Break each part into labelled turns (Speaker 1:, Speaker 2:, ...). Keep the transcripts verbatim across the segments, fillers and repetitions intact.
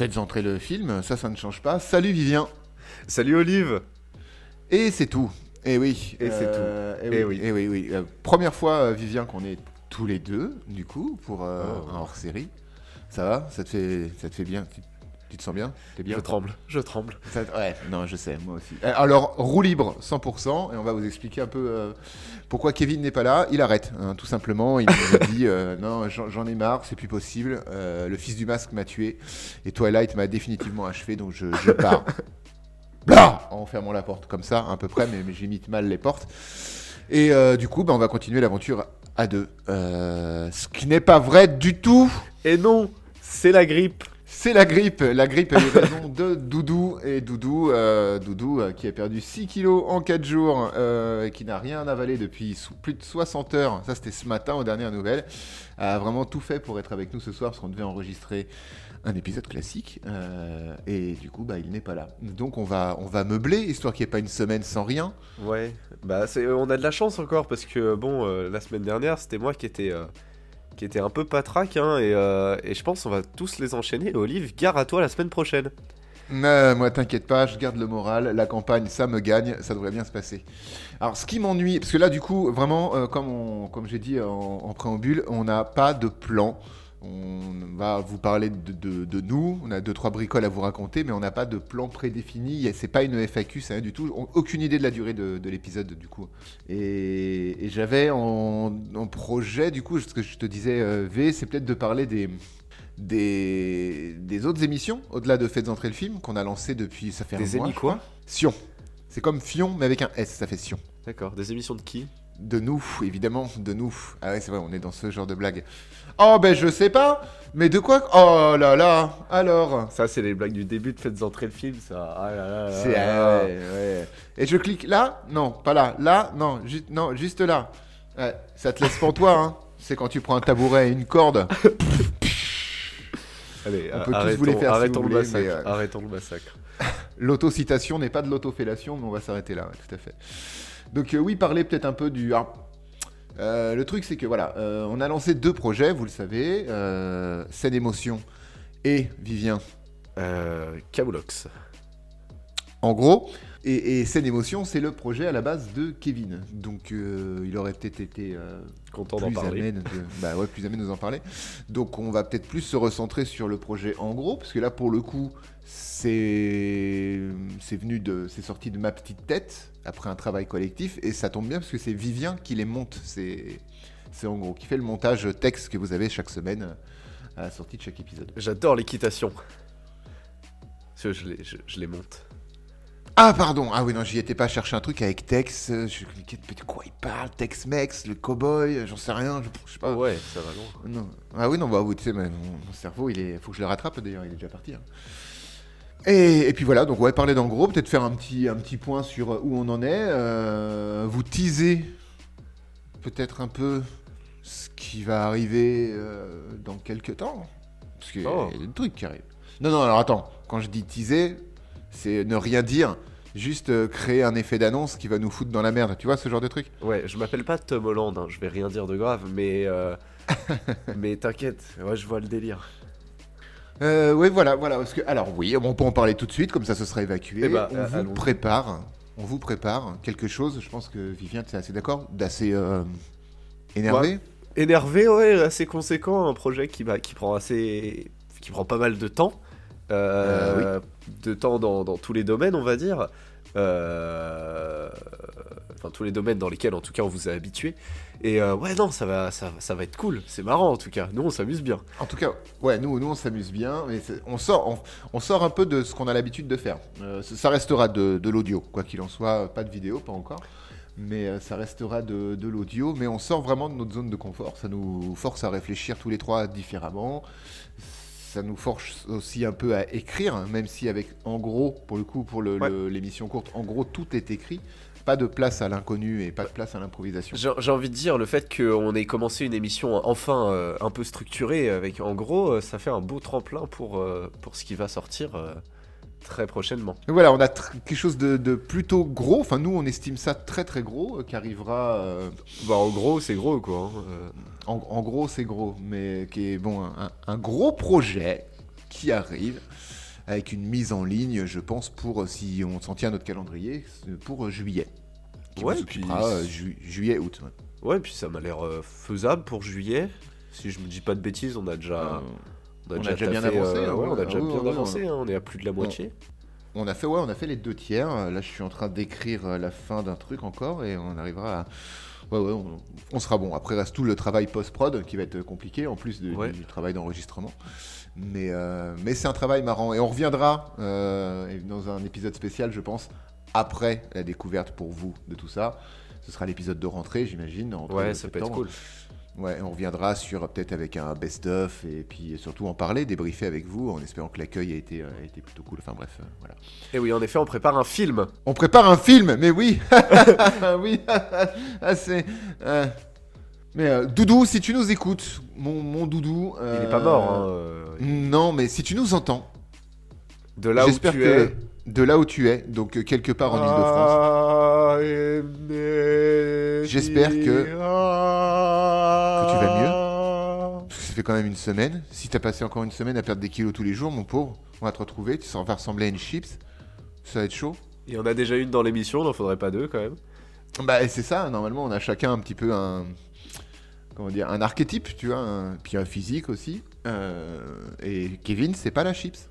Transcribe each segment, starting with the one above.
Speaker 1: Faites entrer le film, ça, ça ne change pas. Salut Vivien.
Speaker 2: Salut Olive.
Speaker 1: Et c'est tout. Et oui.
Speaker 2: Et c'est
Speaker 1: euh,
Speaker 2: tout.
Speaker 1: Et,
Speaker 2: Et
Speaker 1: oui.
Speaker 2: oui.
Speaker 1: Et oui, oui. Euh, première fois, euh, Vivien, qu'on est tous les deux, du coup, pour euh,
Speaker 2: Oh.
Speaker 1: un hors-série. Ça va? Ça te fait, ça te fait bien? Tu, tu te sens bien? T'es bien?
Speaker 2: Je tremble, je tremble.
Speaker 1: Ça- ouais, non, je sais, moi aussi. Euh, Alors, roue libre, cent pour cent, et on va vous expliquer un peu euh, pourquoi Kevin n'est pas là. Il arrête, hein, tout simplement. Il nous a dit euh, non, j'en, j'en ai marre, c'est plus possible. Euh, le fils du masque m'a tué, et Twilight m'a définitivement achevé, donc je, je pars. Blah, en fermant la porte comme ça, à peu près, mais, mais j'imite mal les portes. Et euh, du coup, bah, on va continuer l'aventure à deux. Euh, ce qui n'est pas vrai du tout.
Speaker 2: Et non, c'est la grippe.
Speaker 1: C'est la grippe. La grippe a eu raison de Doudou. Et Doudou, euh, Doudou euh, qui a perdu six kilos en quatre jours euh, et qui n'a rien avalé depuis sou- plus de soixante heures. Ça, c'était ce matin aux dernières nouvelles. A vraiment tout fait pour être avec nous ce soir parce qu'on devait enregistrer un épisode classique. Euh, et du coup, bah, il n'est pas là. Donc, on va, on va meubler, histoire qu'il n'y ait pas une semaine sans rien.
Speaker 2: Ouais, bah c'est, on a de la chance encore parce que bon, euh, la semaine dernière, c'était moi qui était, euh, qui était un peu patraque, hein, et, euh, et je pense qu'on va tous les enchaîner. Olive, gare à toi la semaine prochaine.
Speaker 1: Euh, moi, t'inquiète pas, je garde le moral. La campagne, ça me gagne, ça devrait bien se passer. Alors, ce qui m'ennuie, parce que là, du coup, vraiment, euh, comme, on- comme j'ai dit en, en préambule, on n'a pas de plan. On va vous parler de, de- de nous. On a deux, trois bricoles à vous raconter, mais on n'a pas de plan prédéfini. C'est pas une F A Q, c'est rien du tout. On- aucune idée de la durée de, de l'épisode, du coup. Et, et j'avais en, en projet, du coup, ce que je te disais, euh, V, c'est peut-être de parler des. Des, des autres émissions, au-delà de Faites entrer le film, qu'on a lancé depuis, ça fait
Speaker 2: Des
Speaker 1: un mois,
Speaker 2: émis
Speaker 1: je
Speaker 2: quoi
Speaker 1: crois. Sion. C'est comme Fion, mais avec un S, ça fait Sion.
Speaker 2: D'accord, des émissions de qui?
Speaker 1: De nous, évidemment, de nous. Ah ouais, c'est vrai, on est dans ce genre de blague. Oh, ben je sais pas, mais de quoi? Oh là là, alors.
Speaker 2: Ça, c'est les blagues du début de Faites entrer le film, ça. Ah là là là
Speaker 1: C'est.
Speaker 2: là.
Speaker 1: ouais, ouais. Et je clique là? Non, pas là. Là? Non, juste, non, juste là. Ouais, ça te laisse pantois, hein. C'est quand tu prends un tabouret et une corde.
Speaker 2: Allez,
Speaker 1: On peut tous
Speaker 2: arrêtons,
Speaker 1: vous les faire si
Speaker 2: arrêtons
Speaker 1: vous
Speaker 2: le
Speaker 1: voulez,
Speaker 2: massacre.
Speaker 1: mais, euh,
Speaker 2: Arrêtons le massacre.
Speaker 1: L'autocitation n'est pas de l'autofellation, mais on va s'arrêter là, ouais, tout à fait. Donc euh, oui, parler peut-être un peu du... Ah, euh, le truc, c'est que voilà, euh, on a lancé deux projets, vous le savez, euh, Scène Émotion et Vivien.
Speaker 2: Euh, Camoulox.
Speaker 1: En gros, et, et Scène Émotion, c'est le projet à la base de Kevin. Donc euh, il aurait peut-être été euh,
Speaker 2: Content d'en
Speaker 1: plus
Speaker 2: parler.
Speaker 1: amène de, bah ouais, plus amène de nous en parler. Donc on va peut-être plus se recentrer sur le projet en gros, parce que là pour le coup, c'est c'est venu de, c'est sorti de ma petite tête après un travail collectif, et ça tombe bien parce que c'est Vivien qui les monte. C'est c'est en gros qui fait le montage texte que vous avez chaque semaine à la sortie de chaque épisode.
Speaker 2: J'adore l'équitation. Parce que je les, je, je les monte.
Speaker 1: Ah pardon, ah oui non, j'y étais pas chercher un truc avec Tex, euh, je cliquais de quoi il parle, Tex-Mex, le cowboy, euh, j'en sais rien, je, je sais pas.
Speaker 2: Ouais, ça va loin.
Speaker 1: Non. Ah oui non, bah oui, tu sais, mais mon, mon cerveau, il est, faut que je le rattrape d'ailleurs, il est déjà parti. Hein. Et, et puis voilà, donc on va parler d'en gros, peut-être faire un petit, un petit point sur où on en est, euh, vous teaser peut-être un peu ce qui va arriver euh, dans quelques temps, parce qu'il
Speaker 2: Oh.
Speaker 1: y a des trucs qui arrivent. Non non, alors attends, quand je dis teaser, c'est ne rien dire, juste euh, créer un effet d'annonce qui va nous foutre dans la merde, tu vois ce genre de truc?
Speaker 2: Ouais, je m'appelle pas Tom Holland, hein, je vais rien dire de grave, mais euh, mais t'inquiète, ouais, je vois le délire.
Speaker 1: Euh, oui, voilà, voilà. Parce que, alors oui, on peut en parler tout de suite, comme ça ce sera évacué.
Speaker 2: Eh ben,
Speaker 1: on
Speaker 2: euh,
Speaker 1: vous
Speaker 2: allons-y.
Speaker 1: prépare, on vous prépare quelque chose. Je pense que Vivien, tu es assez d'accord, d'assez euh, énervé.
Speaker 2: Ouais. Énervé, ouais, assez conséquent, un projet qui, bah, qui prend assez, qui prend pas mal de temps, euh, de temps dans, dans tous les domaines, on va dire. Euh, Enfin, tous les domaines dans lesquels, en tout cas, on vous a habitué. Et euh, ouais, non, ça va, ça, ça va être cool. C'est marrant, en tout cas. Nous, on s'amuse bien.
Speaker 1: En tout cas, ouais, nous, nous on s'amuse bien, mais c'est- on sort, on, on sort un peu de ce qu'on a l'habitude de faire. Euh, ça ça restera de, de l'audio, quoi qu'il en soit, pas de vidéo, pas encore. Mais euh, ça restera de, de l'audio, mais on sort vraiment de notre zone de confort. Ça nous force à réfléchir tous les trois différemment. Ça nous force aussi un peu à écrire, hein, même si avec, en gros, pour le coup, pour le-
Speaker 2: Ouais.
Speaker 1: le- l'émission courte, en gros, tout est écrit. Pas de place à l'inconnu et pas de place à l'improvisation.
Speaker 2: J'ai j'ai envie de dire, le fait qu'on ait commencé une émission enfin euh, un peu structurée, avec, en gros, euh, ça fait un beau tremplin pour, euh, pour ce qui va sortir euh, très prochainement.
Speaker 1: Donc voilà, on a tr- quelque chose de, de plutôt gros. Enfin, nous, on estime ça très très gros, euh, qui arrivera. euh,
Speaker 2: Bah, en gros, c'est gros, quoi. hein, euh.
Speaker 1: en, en gros, c'est gros, mais qui est bon, un, un gros projet qui arrive. avec une mise en ligne, je pense, pour, si on s'en tient à notre calendrier, pour juillet. Qui
Speaker 2: Ouais,
Speaker 1: vous
Speaker 2: et puis...
Speaker 1: occupera, euh, ju- juillet, août. Ouais.
Speaker 2: Ouais, puis ça m'a l'air euh, faisable pour juillet. Si je me dis pas de bêtises, on a déjà...
Speaker 1: Euh,
Speaker 2: On a
Speaker 1: on
Speaker 2: déjà,
Speaker 1: a déjà bien
Speaker 2: taffé,
Speaker 1: avancé,
Speaker 2: euh,
Speaker 1: hein,
Speaker 2: ouais, on a
Speaker 1: ouais,
Speaker 2: déjà
Speaker 1: ah oui,
Speaker 2: bien
Speaker 1: ouais,
Speaker 2: avancé,
Speaker 1: on a-
Speaker 2: hein, on est à plus de la moitié.
Speaker 1: On a fait, ouais, on a fait les deux tiers. Là, je suis en train d'écrire euh, la fin d'un truc encore et on arrivera à. Ouais, ouais, on, on sera bon. Après, reste tout le travail post-prod qui va être compliqué en plus de-
Speaker 2: Ouais.
Speaker 1: du, du travail d'enregistrement. Mais, euh, mais c'est un travail marrant et on reviendra euh, dans un épisode spécial, je pense, après la découverte pour vous de tout ça. Ce sera l'épisode de rentrée, j'imagine. entre
Speaker 2: Ouais, ça peut être
Speaker 1: septembre.
Speaker 2: cool.
Speaker 1: Ouais, on reviendra sur peut-être avec un best-of et puis surtout en parler, débriefer avec vous en espérant que l'accueil a été, euh, a été plutôt cool. Enfin bref, euh, voilà.
Speaker 2: Et oui, en effet, on prépare un film.
Speaker 1: On prépare un film, mais oui, oui, ah, c'est. euh, Mais euh, Doudou, si tu nous écoutes, mon, mon Doudou. euh,
Speaker 2: Il est pas mort, hein. euh,
Speaker 1: Non, mais si tu nous entends,
Speaker 2: De là où
Speaker 1: j'espère
Speaker 2: tu
Speaker 1: que
Speaker 2: es.
Speaker 1: de là où tu es, donc euh, quelque part en Île-de-France, J'espère que- que tu vas mieux. Parce que ça fait quand même une semaine. Si t'as passé encore une semaine à perdre des kilos tous les jours, mon pauvre, on va te retrouver. Tu vas ressembler à une chips. Ça va être chaud.
Speaker 2: Il y en a déjà une dans l'émission, il n'en faudrait pas deux quand même.
Speaker 1: Bah c'est ça. Normalement, on a chacun un petit peu un, comment dire, un archétype, tu vois, un- puis un physique aussi. Euh, et Kevin, c'est pas la chips.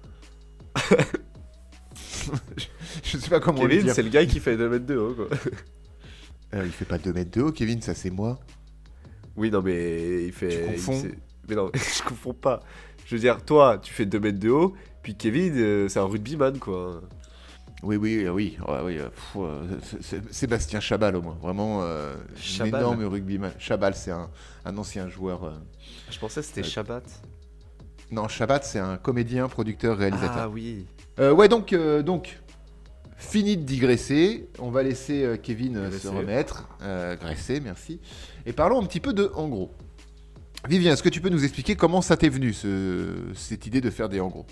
Speaker 1: je, je sais pas comment le
Speaker 2: Kevin,
Speaker 1: dire.
Speaker 2: c'est le gars qui fait deux mètres de haut, quoi.
Speaker 1: Euh, il fait pas deux mètres de haut, Kevin. Ça c'est moi.
Speaker 2: Oui, non, mais il fait.
Speaker 1: Tu
Speaker 2: il
Speaker 1: confonds.
Speaker 2: sait- Mais non, je confonds pas. Je veux dire, toi, tu fais deux mètres de haut, puis Kevin, euh, c'est un rugbyman, quoi.
Speaker 1: Oui, oui, euh, oui, ouais, oui. euh, pff, euh, c'est- c'est- Sébastien Chabal au moins, vraiment euh, un
Speaker 2: Chabal.
Speaker 1: énorme rugbyman. Chabal, c'est un, un ancien joueur. euh,
Speaker 2: Je pensais que c'était
Speaker 1: Euh,
Speaker 2: Shabbat.
Speaker 1: Non, Chabat, c'est un comédien, producteur, réalisateur.
Speaker 2: Ah oui.
Speaker 1: Euh, ouais, donc, euh, donc, fini de digresser. On va laisser euh, Kevin euh, se
Speaker 2: Graisser.
Speaker 1: remettre. Euh, graisser, merci. Et parlons un petit peu de en gros. Vivien, est-ce que tu peux nous expliquer comment ça t'est venu, ce- cette idée de faire des en gros?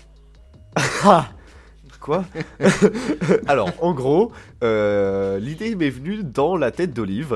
Speaker 2: Quoi? Alors, en gros, euh, l'idée m'est venue dans la tête d'Olive.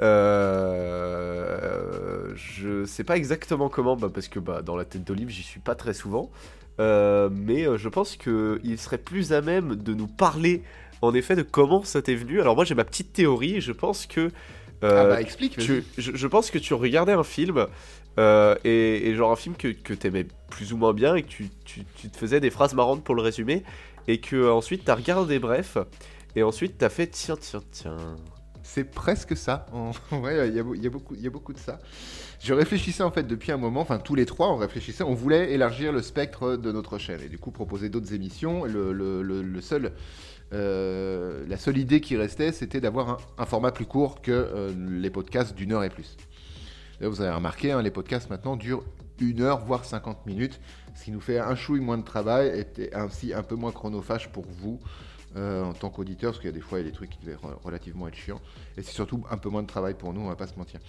Speaker 2: Euh, je sais pas exactement comment, bah, parce que bah, dans la tête d'Olive, j'y suis pas très souvent. Euh, mais euh, je pense qu'il serait plus à même de nous parler, en effet, de comment ça t'est venu. Alors moi, j'ai ma petite théorie, et je pense que... euh,
Speaker 1: Ah bah explique, vas-y.
Speaker 2: tu- je, je pense que tu regardais un film, euh, et, et genre un film que, que t'aimais plus ou moins bien, et que tu, tu- tu te faisais des phrases marrantes pour le résumer, et que euh, ensuite t'as regardé bref, et ensuite t'as fait tiens, tiens, tiens.
Speaker 1: C'est presque ça. En vrai, il y, a beau- il y a beaucoup- il y a beaucoup de ça. Je réfléchissais en fait depuis un moment, enfin tous les trois, on réfléchissait, on voulait élargir le spectre de notre chaîne et du coup proposer d'autres émissions. Le, le- le- le seul, euh, la seule idée qui restait, c'était d'avoir un, un format plus court que euh, les podcasts d'une heure et plus. D'ailleurs, vous avez remarqué, hein, les podcasts maintenant durent une heure, voire cinquante minutes, ce qui nous fait un chouille moins de travail et ainsi un peu moins chronophage pour vous. Euh, en tant qu'auditeur, parce qu'il y a des fois il y a des trucs qui devaient re- relativement être chiants, et c'est surtout un peu moins de travail pour nous, on va pas se mentir.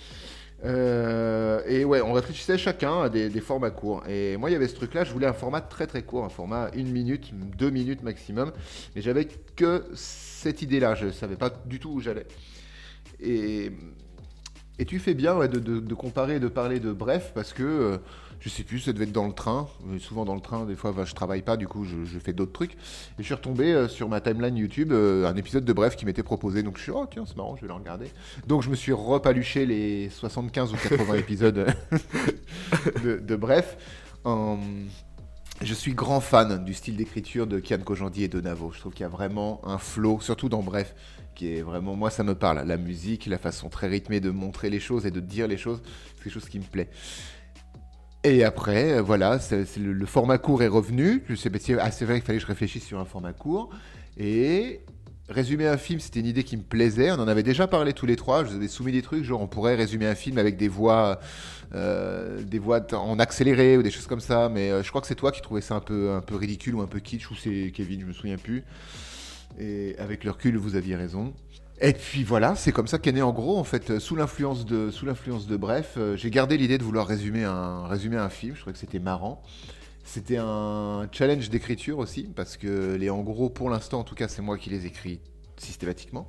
Speaker 1: Euh, et ouais, on réfléchissait chacun à des, des formats courts. Et moi, il y avait ce truc-là, je voulais un format très très court, un format une minute, deux minutes maximum, mais j'avais que cette idée-là, je savais pas du tout où j'allais. Et, et tu fais bien ouais, de, de- de comparer et de parler de bref, parce que euh, je sais plus, ça devait être dans le train. Euh, Souvent dans le train, des fois, bah, je travaille pas, du coup, je, je fais d'autres trucs. Et je suis retombé euh, sur ma timeline YouTube, euh, un épisode de Bref qui m'était proposé. Donc je suis, oh tiens, c'est marrant, je vais le regarder. Donc je me suis repaluché les soixante-quinze ou quatre-vingts épisodes de, de Bref. En- Je suis grand fan du style d'écriture de Kian Kojandi et de Navo. Je trouve qu'il y a vraiment un flow, surtout dans Bref, qui est vraiment, moi ça me parle. La musique, la façon très rythmée de montrer les choses et de dire les choses, c'est quelque chose qui me plaît. Et après, euh, voilà, c'est, c'est le, le format court est revenu. Je sais, bah, c'est, ah, c'est vrai qu'il fallait que je réfléchisse sur un format court. Et résumer un film, c'était une idée qui me plaisait. On en avait déjà parlé tous les trois. Je vous avais soumis des trucs, genre on pourrait résumer un film avec des voix, euh, des voix t- en accéléré ou des choses comme ça. Mais euh, je crois que c'est toi qui trouvais ça un peu, un peu ridicule ou un peu kitsch, ou c'est Kevin, je me souviens plus. Et avec le recul, vous aviez raison. Et puis voilà, c'est comme ça qu'est né en gros, en fait, euh, sous l'influence de, sous l'influence de Bref, euh, j'ai gardé l'idée de vouloir résumer un, résumer un film. Je trouvais que c'était marrant. C'était un challenge d'écriture aussi, parce que les en gros, pour l'instant, en tout cas, c'est moi qui les écris systématiquement.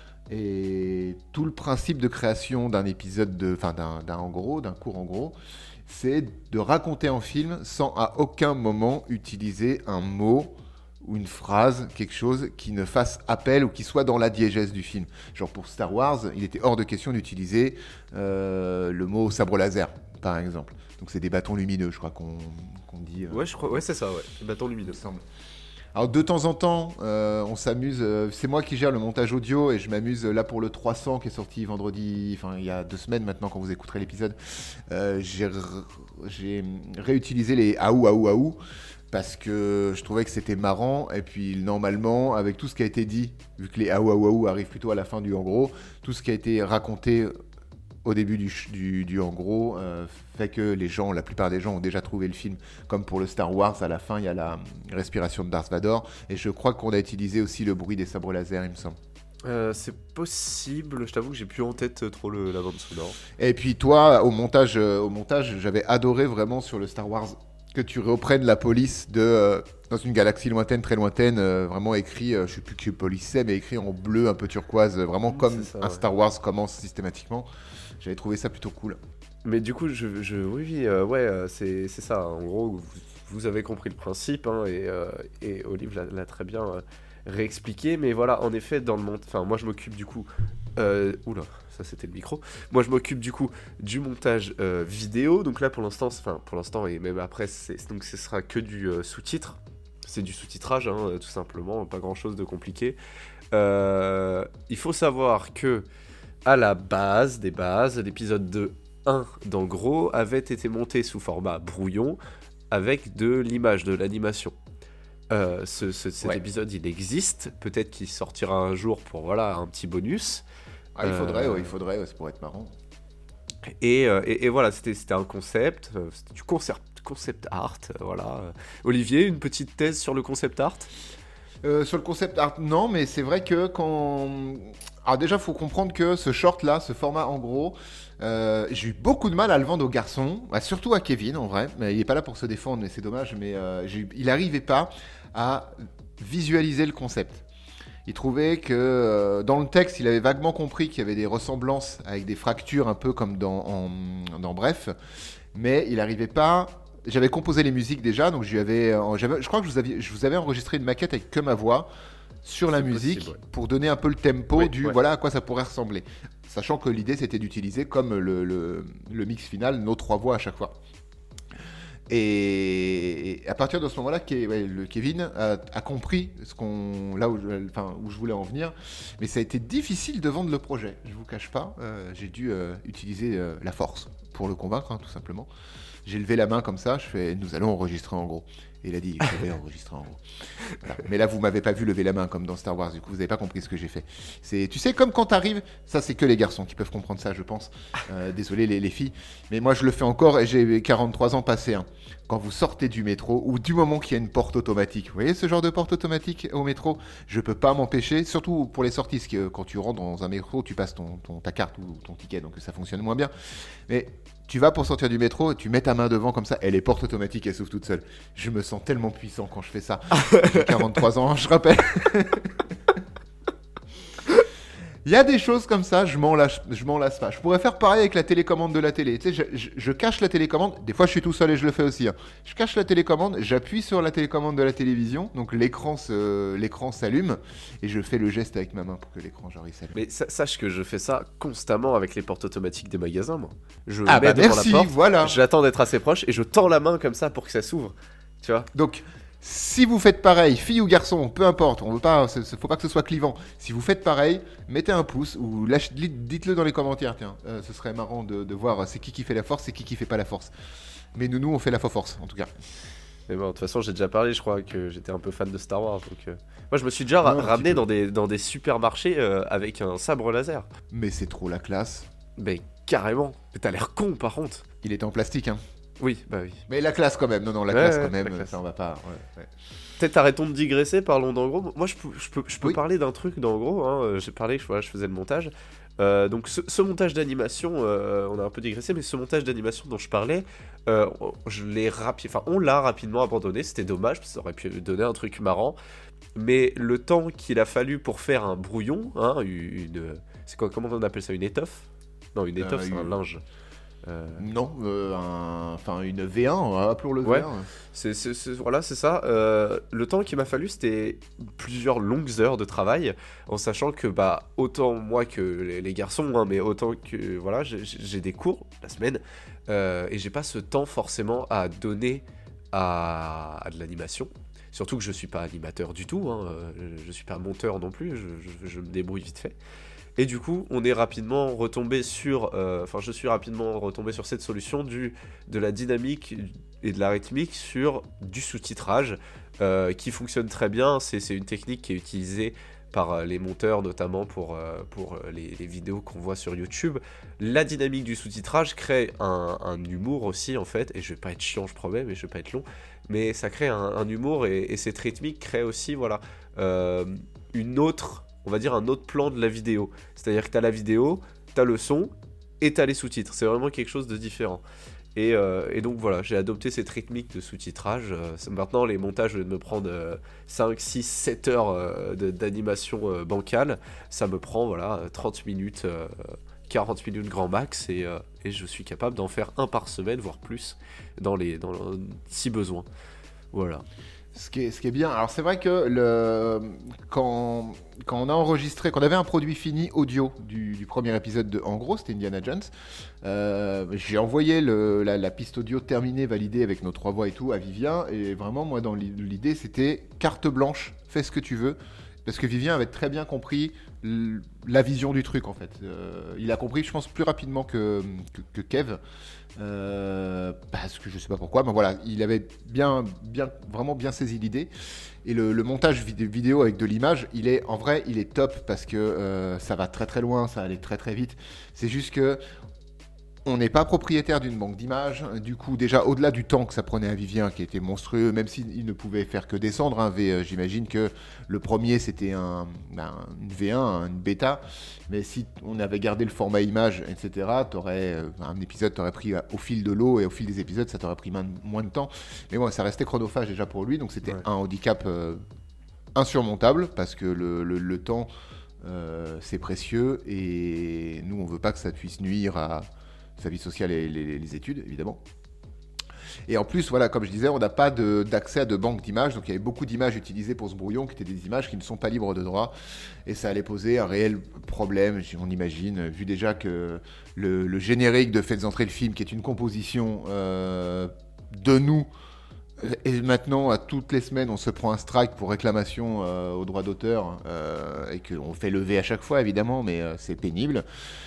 Speaker 1: Et tout le principe de création d'un épisode, de, enfin d'un, d'un en gros, d'un court en gros, c'est de raconter en film sans à aucun moment utiliser un mot ou une phrase, quelque chose qui ne fasse appel ou qui soit dans la diégèse du film. Genre pour Star Wars, il était hors de question d'utiliser euh, le mot sabre laser, par exemple. Donc c'est des bâtons lumineux, je crois qu'on, qu'on dit. Euh,
Speaker 2: ouais, je crois, ouais, c'est ça, ouais. Les bâtons lumineux.
Speaker 1: Semble. Alors de temps en temps, euh, on s'amuse. Euh, c'est moi qui gère le montage audio et je m'amuse là pour le trois cents qui est sorti vendredi, enfin il y a deux semaines maintenant quand vous écouterez l'épisode. Euh, j'ai, r- j'ai réutilisé les aou aou aou parce que je trouvais que c'était marrant et puis normalement avec tout ce qui a été dit, vu que les aou aou aou arrivent plutôt à la fin du en gros, tout ce qui a été raconté au début du, du, du en gros euh, fait que les gens, la plupart des gens ont déjà trouvé le film, comme pour le Star Wars, à la fin il y a la respiration de Darth Vader, et je crois qu'on a utilisé aussi le bruit des sabres laser, il me semble.
Speaker 2: Euh, c'est possible, je t'avoue que j'ai plus en tête trop le, la bande sonore.
Speaker 1: Et puis toi, au montage, euh, au montage, j'avais adoré vraiment sur le Star Wars que tu reprennes la police de euh, dans une galaxie lointaine, très lointaine, euh, vraiment écrit, euh, je sais plus quelle police c'est, mais écrit en bleu, un peu turquoise, euh, vraiment comme
Speaker 2: ça,
Speaker 1: un
Speaker 2: ouais.
Speaker 1: Star Wars commence systématiquement. J'avais trouvé ça plutôt cool.
Speaker 2: Mais du coup, je, je, oui, oui, euh, ouais, euh, c'est, c'est ça. En gros, vous, vous avez compris le principe, hein, et, euh, et Olive l'a, l'a très bien euh, réexpliqué. Mais voilà, en effet, dans le montage, enfin, moi, je m'occupe du coup, euh, oula, ça c'était le micro. Moi, je m'occupe du coup du montage euh, vidéo. Donc là, pour l'instant, enfin, pour l'instant et même après, c'est, donc ce sera que du euh, sous-titre. C'est du sous-titrage, hein, tout simplement, pas grand-chose de compliqué. Euh, il faut savoir que à la base des bases, l'épisode deux un d'en gros avait été monté sous format brouillon avec de l'image, de l'animation. Euh, ce, ce, cet ouais. épisode, il existe. Peut-être qu'il sortira un jour pour voilà un petit bonus.
Speaker 1: Ah, il faudrait, euh... ouais, il faudrait, ouais, ça pourrait être marrant.
Speaker 2: Et, euh, et, et voilà, c'était, c'était un concept, euh, c'était du concept, concept art, euh, voilà. Olivier, une petite thèse sur le concept art ?
Speaker 1: Euh, sur le concept art, non, mais c'est vrai que quand... Alors déjà, il faut comprendre que ce short-là, ce format en gros, euh, j'ai eu beaucoup de mal à le vendre aux garçons, bah, surtout à Kevin en vrai, mais il n'est pas là pour se défendre, mais c'est dommage, mais euh, j'ai... il n'arrivait pas à visualiser le concept. Il trouvait que euh, dans le texte, il avait vaguement compris qu'il y avait des ressemblances avec des fractures un peu comme dans, en, dans Bref, mais il n'arrivait pas... J'avais composé les musiques déjà, donc je, lui avais, euh, j'avais, je crois que je vous, avais, je vous avais enregistré une maquette avec que ma voix sur la c'est musique possible, ouais. Pour donner un peu le tempo oui, du ouais. Voilà à quoi ça pourrait ressembler. Sachant que l'idée c'était d'utiliser comme le, le, le mix final nos trois voix à chaque fois. Et, et à partir de ce moment-là, ouais, le Kevin a, a compris ce qu'on, là où je, enfin, où je voulais en venir. Mais ça a été difficile de vendre le projet, je ne vous cache pas. Euh, j'ai dû euh, utiliser euh, la force pour le convaincre, hein, tout simplement. J'ai levé la main comme ça, je fais « nous allons enregistrer en gros ». Et il a dit « je vais enregistrer en gros ». Voilà. Mais là, vous m'avez pas vu lever la main comme dans Star Wars, du coup, vous n'avez pas compris ce que j'ai fait. C'est, tu sais, comme quand t'arrives, ça c'est que les garçons qui peuvent comprendre ça, je pense. Euh, désolé les, les filles, mais moi je le fais encore et j'ai quarante-trois ans passés. Hein. Quand vous sortez du métro ou du moment qu'il y a une porte automatique, vous voyez ce genre de porte automatique au métro, je peux pas m'empêcher, surtout pour les sorties, parce que quand tu rentres dans un métro, tu passes ton, ton, ta carte ou ton ticket, donc ça fonctionne moins bien. Mais tu vas pour sortir du métro, tu mets ta main devant comme ça, et les portes automatiques, elles s'ouvrent toutes seules. Je me sens tellement puissant quand je fais ça. J'ai quarante-trois ans, je rappelle. Il y a des choses comme ça, je m'en, lâche, je m'en lasse pas. Je pourrais faire pareil avec la télécommande de la télé. Tu sais, je, je, je cache la télécommande. Des fois, je suis tout seul et je le fais aussi. Hein. Je cache la télécommande, j'appuie sur la télécommande de la télévision. Donc, l'écran, se, l'écran s'allume. Et je fais le geste avec ma main pour que l'écran, genre, il s'allume.
Speaker 2: Mais sache que je fais ça constamment avec les portes automatiques des magasins, moi. Je
Speaker 1: ah,
Speaker 2: mets
Speaker 1: bah
Speaker 2: devant
Speaker 1: merci,
Speaker 2: la porte,
Speaker 1: voilà.
Speaker 2: J'attends d'être assez proche et je tends la main comme ça pour que ça s'ouvre. Tu vois ?
Speaker 1: Donc... Si vous faites pareil, fille ou garçon, peu importe, on veut pas, faut pas que ce soit clivant. Si vous faites pareil, mettez un pouce ou lâche, dites-le dans les commentaires. Tiens, euh, ce serait marrant de, de voir c'est qui qui fait la force, c'est qui qui fait pas la force. Mais nous, nous, on fait la force en tout cas.
Speaker 2: Mais bon, de toute façon, j'ai déjà parlé, je crois que j'étais un peu fan de Star Wars. Donc, euh... moi, je me suis déjà ra- non, ramené dans des, dans des supermarchés euh, avec un sabre laser.
Speaker 1: Mais c'est trop la classe.
Speaker 2: Mais carrément. Mais t'as l'air con par contre.
Speaker 1: Il était en plastique, hein.
Speaker 2: Oui, bah oui.
Speaker 1: Mais la classe quand même, non, non, la
Speaker 2: ouais,
Speaker 1: classe
Speaker 2: ouais,
Speaker 1: quand même,
Speaker 2: classe.
Speaker 1: Ça on va pas... Ouais, ouais.
Speaker 2: Peut-être arrêtons de digresser, parlons d'en gros. Moi, je peux, je peux, je peux
Speaker 1: oui.
Speaker 2: parler d'un truc d'en gros, hein. J'ai parlé, je, voilà, je faisais le montage. Euh, donc ce, ce montage d'animation, euh, on a un peu digressé, mais ce montage d'animation dont je parlais, euh, je l'ai rapi- enfin, on l'a rapidement abandonné, c'était dommage, parce que ça aurait pu donner un truc marrant. Mais le temps qu'il a fallu pour faire un brouillon, hein, une... C'est quoi, comment on appelle ça, une étoffe ? Non, une étoffe, euh, c'est une... un linge. Euh...
Speaker 1: Non, euh, un... enfin une V un, appelons-le
Speaker 2: ouais,
Speaker 1: V un.
Speaker 2: C'est, c'est, c'est, voilà, c'est ça. Euh, le temps qu'il m'a fallu, c'était plusieurs longues heures de travail, en sachant que bah autant moi que les, les garçons, hein, mais autant que voilà, j'ai, j'ai des cours la semaine euh, et j'ai pas ce temps forcément à donner à, à de l'animation. Surtout que je suis pas animateur du tout, hein, je, je suis pas monteur non plus, je, je, je me débrouille vite fait. Et du coup, on est rapidement retombé sur, euh, enfin, je suis rapidement retombé sur cette solution du, de la dynamique et de la rythmique sur du sous-titrage euh, qui fonctionne très bien. C'est, c'est une technique qui est utilisée par les monteurs, notamment pour, euh, pour les, les vidéos qu'on voit sur YouTube. La dynamique du sous-titrage crée un, un humour aussi, en fait, et je vais pas être chiant, je promets, mais je vais pas être long, mais ça crée un, un humour, et, et cette rythmique crée aussi, voilà, euh, une autre... on va dire un autre plan de la vidéo. C'est-à-dire que tu as la vidéo, tu as le son et tu as les sous-titres. C'est vraiment quelque chose de différent. Et, euh, et donc voilà, j'ai adopté cette rythmique de sous-titrage. Euh, maintenant, les montages, au lieu de me prendre euh, cinq, six, sept heures euh, de, d'animation euh, bancale, ça me prend voilà, trente minutes, euh, quarante minutes grand max, et, euh, et je suis capable d'en faire un par semaine, voire plus, dans les, dans, si besoin. Voilà.
Speaker 1: Ce qui, est, ce qui est bien, alors c'est vrai que le, quand, quand on a enregistré, quand on avait un produit fini audio du, du premier épisode de En gros, c'était Indiana Jones, euh, j'ai envoyé le, la, la piste audio terminée, validée avec nos trois voix et tout à Vivien, et vraiment moi dans l'idée c'était carte blanche, fais ce que tu veux, parce que Vivien avait très bien compris l- la vision du truc en fait. Euh, il a compris, je pense, plus rapidement que, que, que Kev. Euh, parce que je sais pas pourquoi, mais voilà, il avait bien, bien, vraiment bien saisi l'idée. Et le, le montage vid- vidéo avec de l'image, il est en vrai, il est top parce que euh, ça va très très loin, ça allait très très vite. C'est juste que on n'est pas propriétaire d'une banque d'images. Du coup, déjà, au-delà du temps que ça prenait à Vivien, qui était monstrueux, même s'il ne pouvait faire que descendre un V, euh, j'imagine que le premier, c'était un, ben, une V un, une bêta. Mais si on avait gardé le format image, et cetera, t'aurais, euh, un épisode t'aurait pris au fil de l'eau, et au fil des épisodes, ça t'aurait pris moins, moins de temps. Mais bon, ça restait chronophage déjà pour lui, donc c'était ouais. un handicap euh, insurmontable, parce que le, le, le temps, euh, c'est précieux, et nous, on veut pas que ça puisse nuire à sa vie sociale et les, les études, évidemment. Et en plus, voilà, comme je disais, on n'a pas de, d'accès à de banques d'images, donc il y avait beaucoup d'images utilisées pour ce brouillon, qui étaient des images qui ne sont pas libres de droit, et ça allait poser un réel problème, on imagine, vu déjà que le, le générique de Faites entrer le film, qui est une composition euh, de nous, et maintenant, à toutes les semaines, on se prend un strike pour réclamation euh, aux droits d'auteur, euh, et qu'on fait lever à chaque fois, évidemment, mais euh, c'est pénible.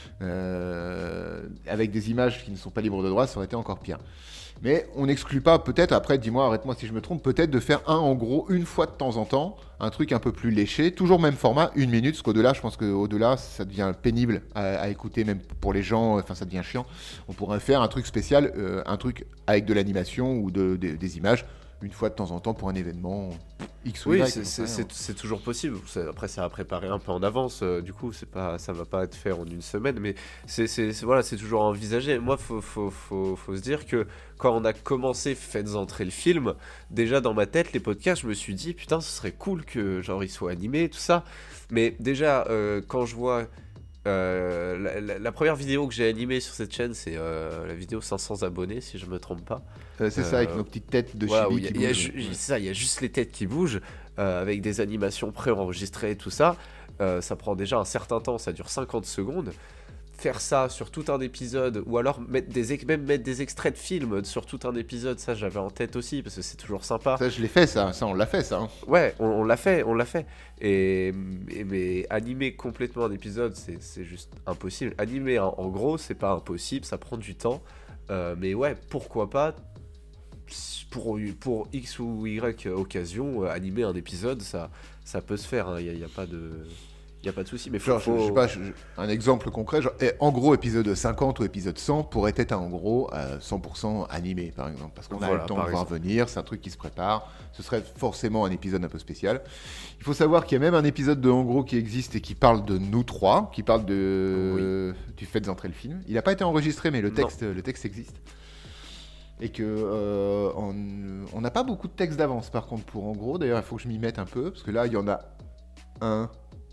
Speaker 1: Euh, avec des images qui ne sont pas libres de droit, ça aurait été encore pire. Mais on n'exclut pas, peut-être, après, dis-moi, arrête-moi si je me trompe, peut-être de faire un, en gros, une fois de temps en temps, un truc un peu plus léché, toujours même format, une minute, parce qu'au-delà, je pense qu'au-delà, ça devient pénible à, à écouter, même pour les gens, enfin, ça devient chiant. On pourrait faire un truc spécial, euh, un truc avec de l'animation ou de, de, des images, une fois de temps en temps pour un événement X ou
Speaker 2: oui,
Speaker 1: Y.
Speaker 2: c'est, c'est, c'est, c'est toujours possible. C'est, après, ça a préparé un peu en avance. Euh, du coup, c'est pas, ça va pas être fait en une semaine, mais c'est, c'est, c'est voilà, c'est toujours envisagé. Moi, faut, faut, faut, faut se dire que quand on a commencé Faites entrer le film, déjà dans ma tête, les podcasts, je me suis dit putain, ce serait cool que genre ils soient animés, tout ça. Mais déjà, euh, quand je vois Euh, la, la, la première vidéo que j'ai animée sur cette chaîne, c'est euh, la vidéo cinq cents abonnés, si je me trompe pas.
Speaker 1: Euh, c'est euh, ça, avec nos petites têtes de
Speaker 2: voilà,
Speaker 1: chibi qui bougent.
Speaker 2: Ju- c'est ça, il y a juste les têtes qui bougent, euh, avec des animations pré-enregistrées et tout ça. Euh, ça prend déjà un certain temps, ça dure cinquante secondes. Faire ça sur tout un épisode, ou alors mettre des, même mettre des extraits de films sur tout un épisode, ça j'avais en tête aussi, parce que c'est toujours sympa.
Speaker 1: Ça je l'ai fait, ça, ça on l'a fait, ça. Hein.
Speaker 2: Ouais, on, on l'a fait, on l'a fait. Et, et mais animer complètement un épisode, c'est, c'est juste impossible. Animer en, en gros, c'est pas impossible, ça prend du temps. Euh, mais ouais, pourquoi pas, pour, pour X ou Y occasion, euh, animer un épisode, ça, ça peut se faire, il hein, n'y a, a pas de... Il n'y a pas de souci, mais faut,
Speaker 1: genre,
Speaker 2: faut...
Speaker 1: Je, je sais pas, je, un exemple concret, genre, eh, en gros, épisode cinquante ou épisode cent pourrait être en gros euh, cent pour cent animé, par exemple. Parce qu'on voilà, a le temps de voir venir, c'est un truc qui se prépare. Ce serait forcément un épisode un peu spécial. Il faut savoir qu'il y a même un épisode de En gros qui existe et qui parle de nous trois, qui parle de oui. du fait d'entrer le film. Il n'a pas été enregistré, mais le texte, le texte existe. Et que euh, on n'a pas beaucoup de texte d'avance, par contre, pour En gros. D'ailleurs, il faut que je m'y mette un peu, parce que là, il y en a un...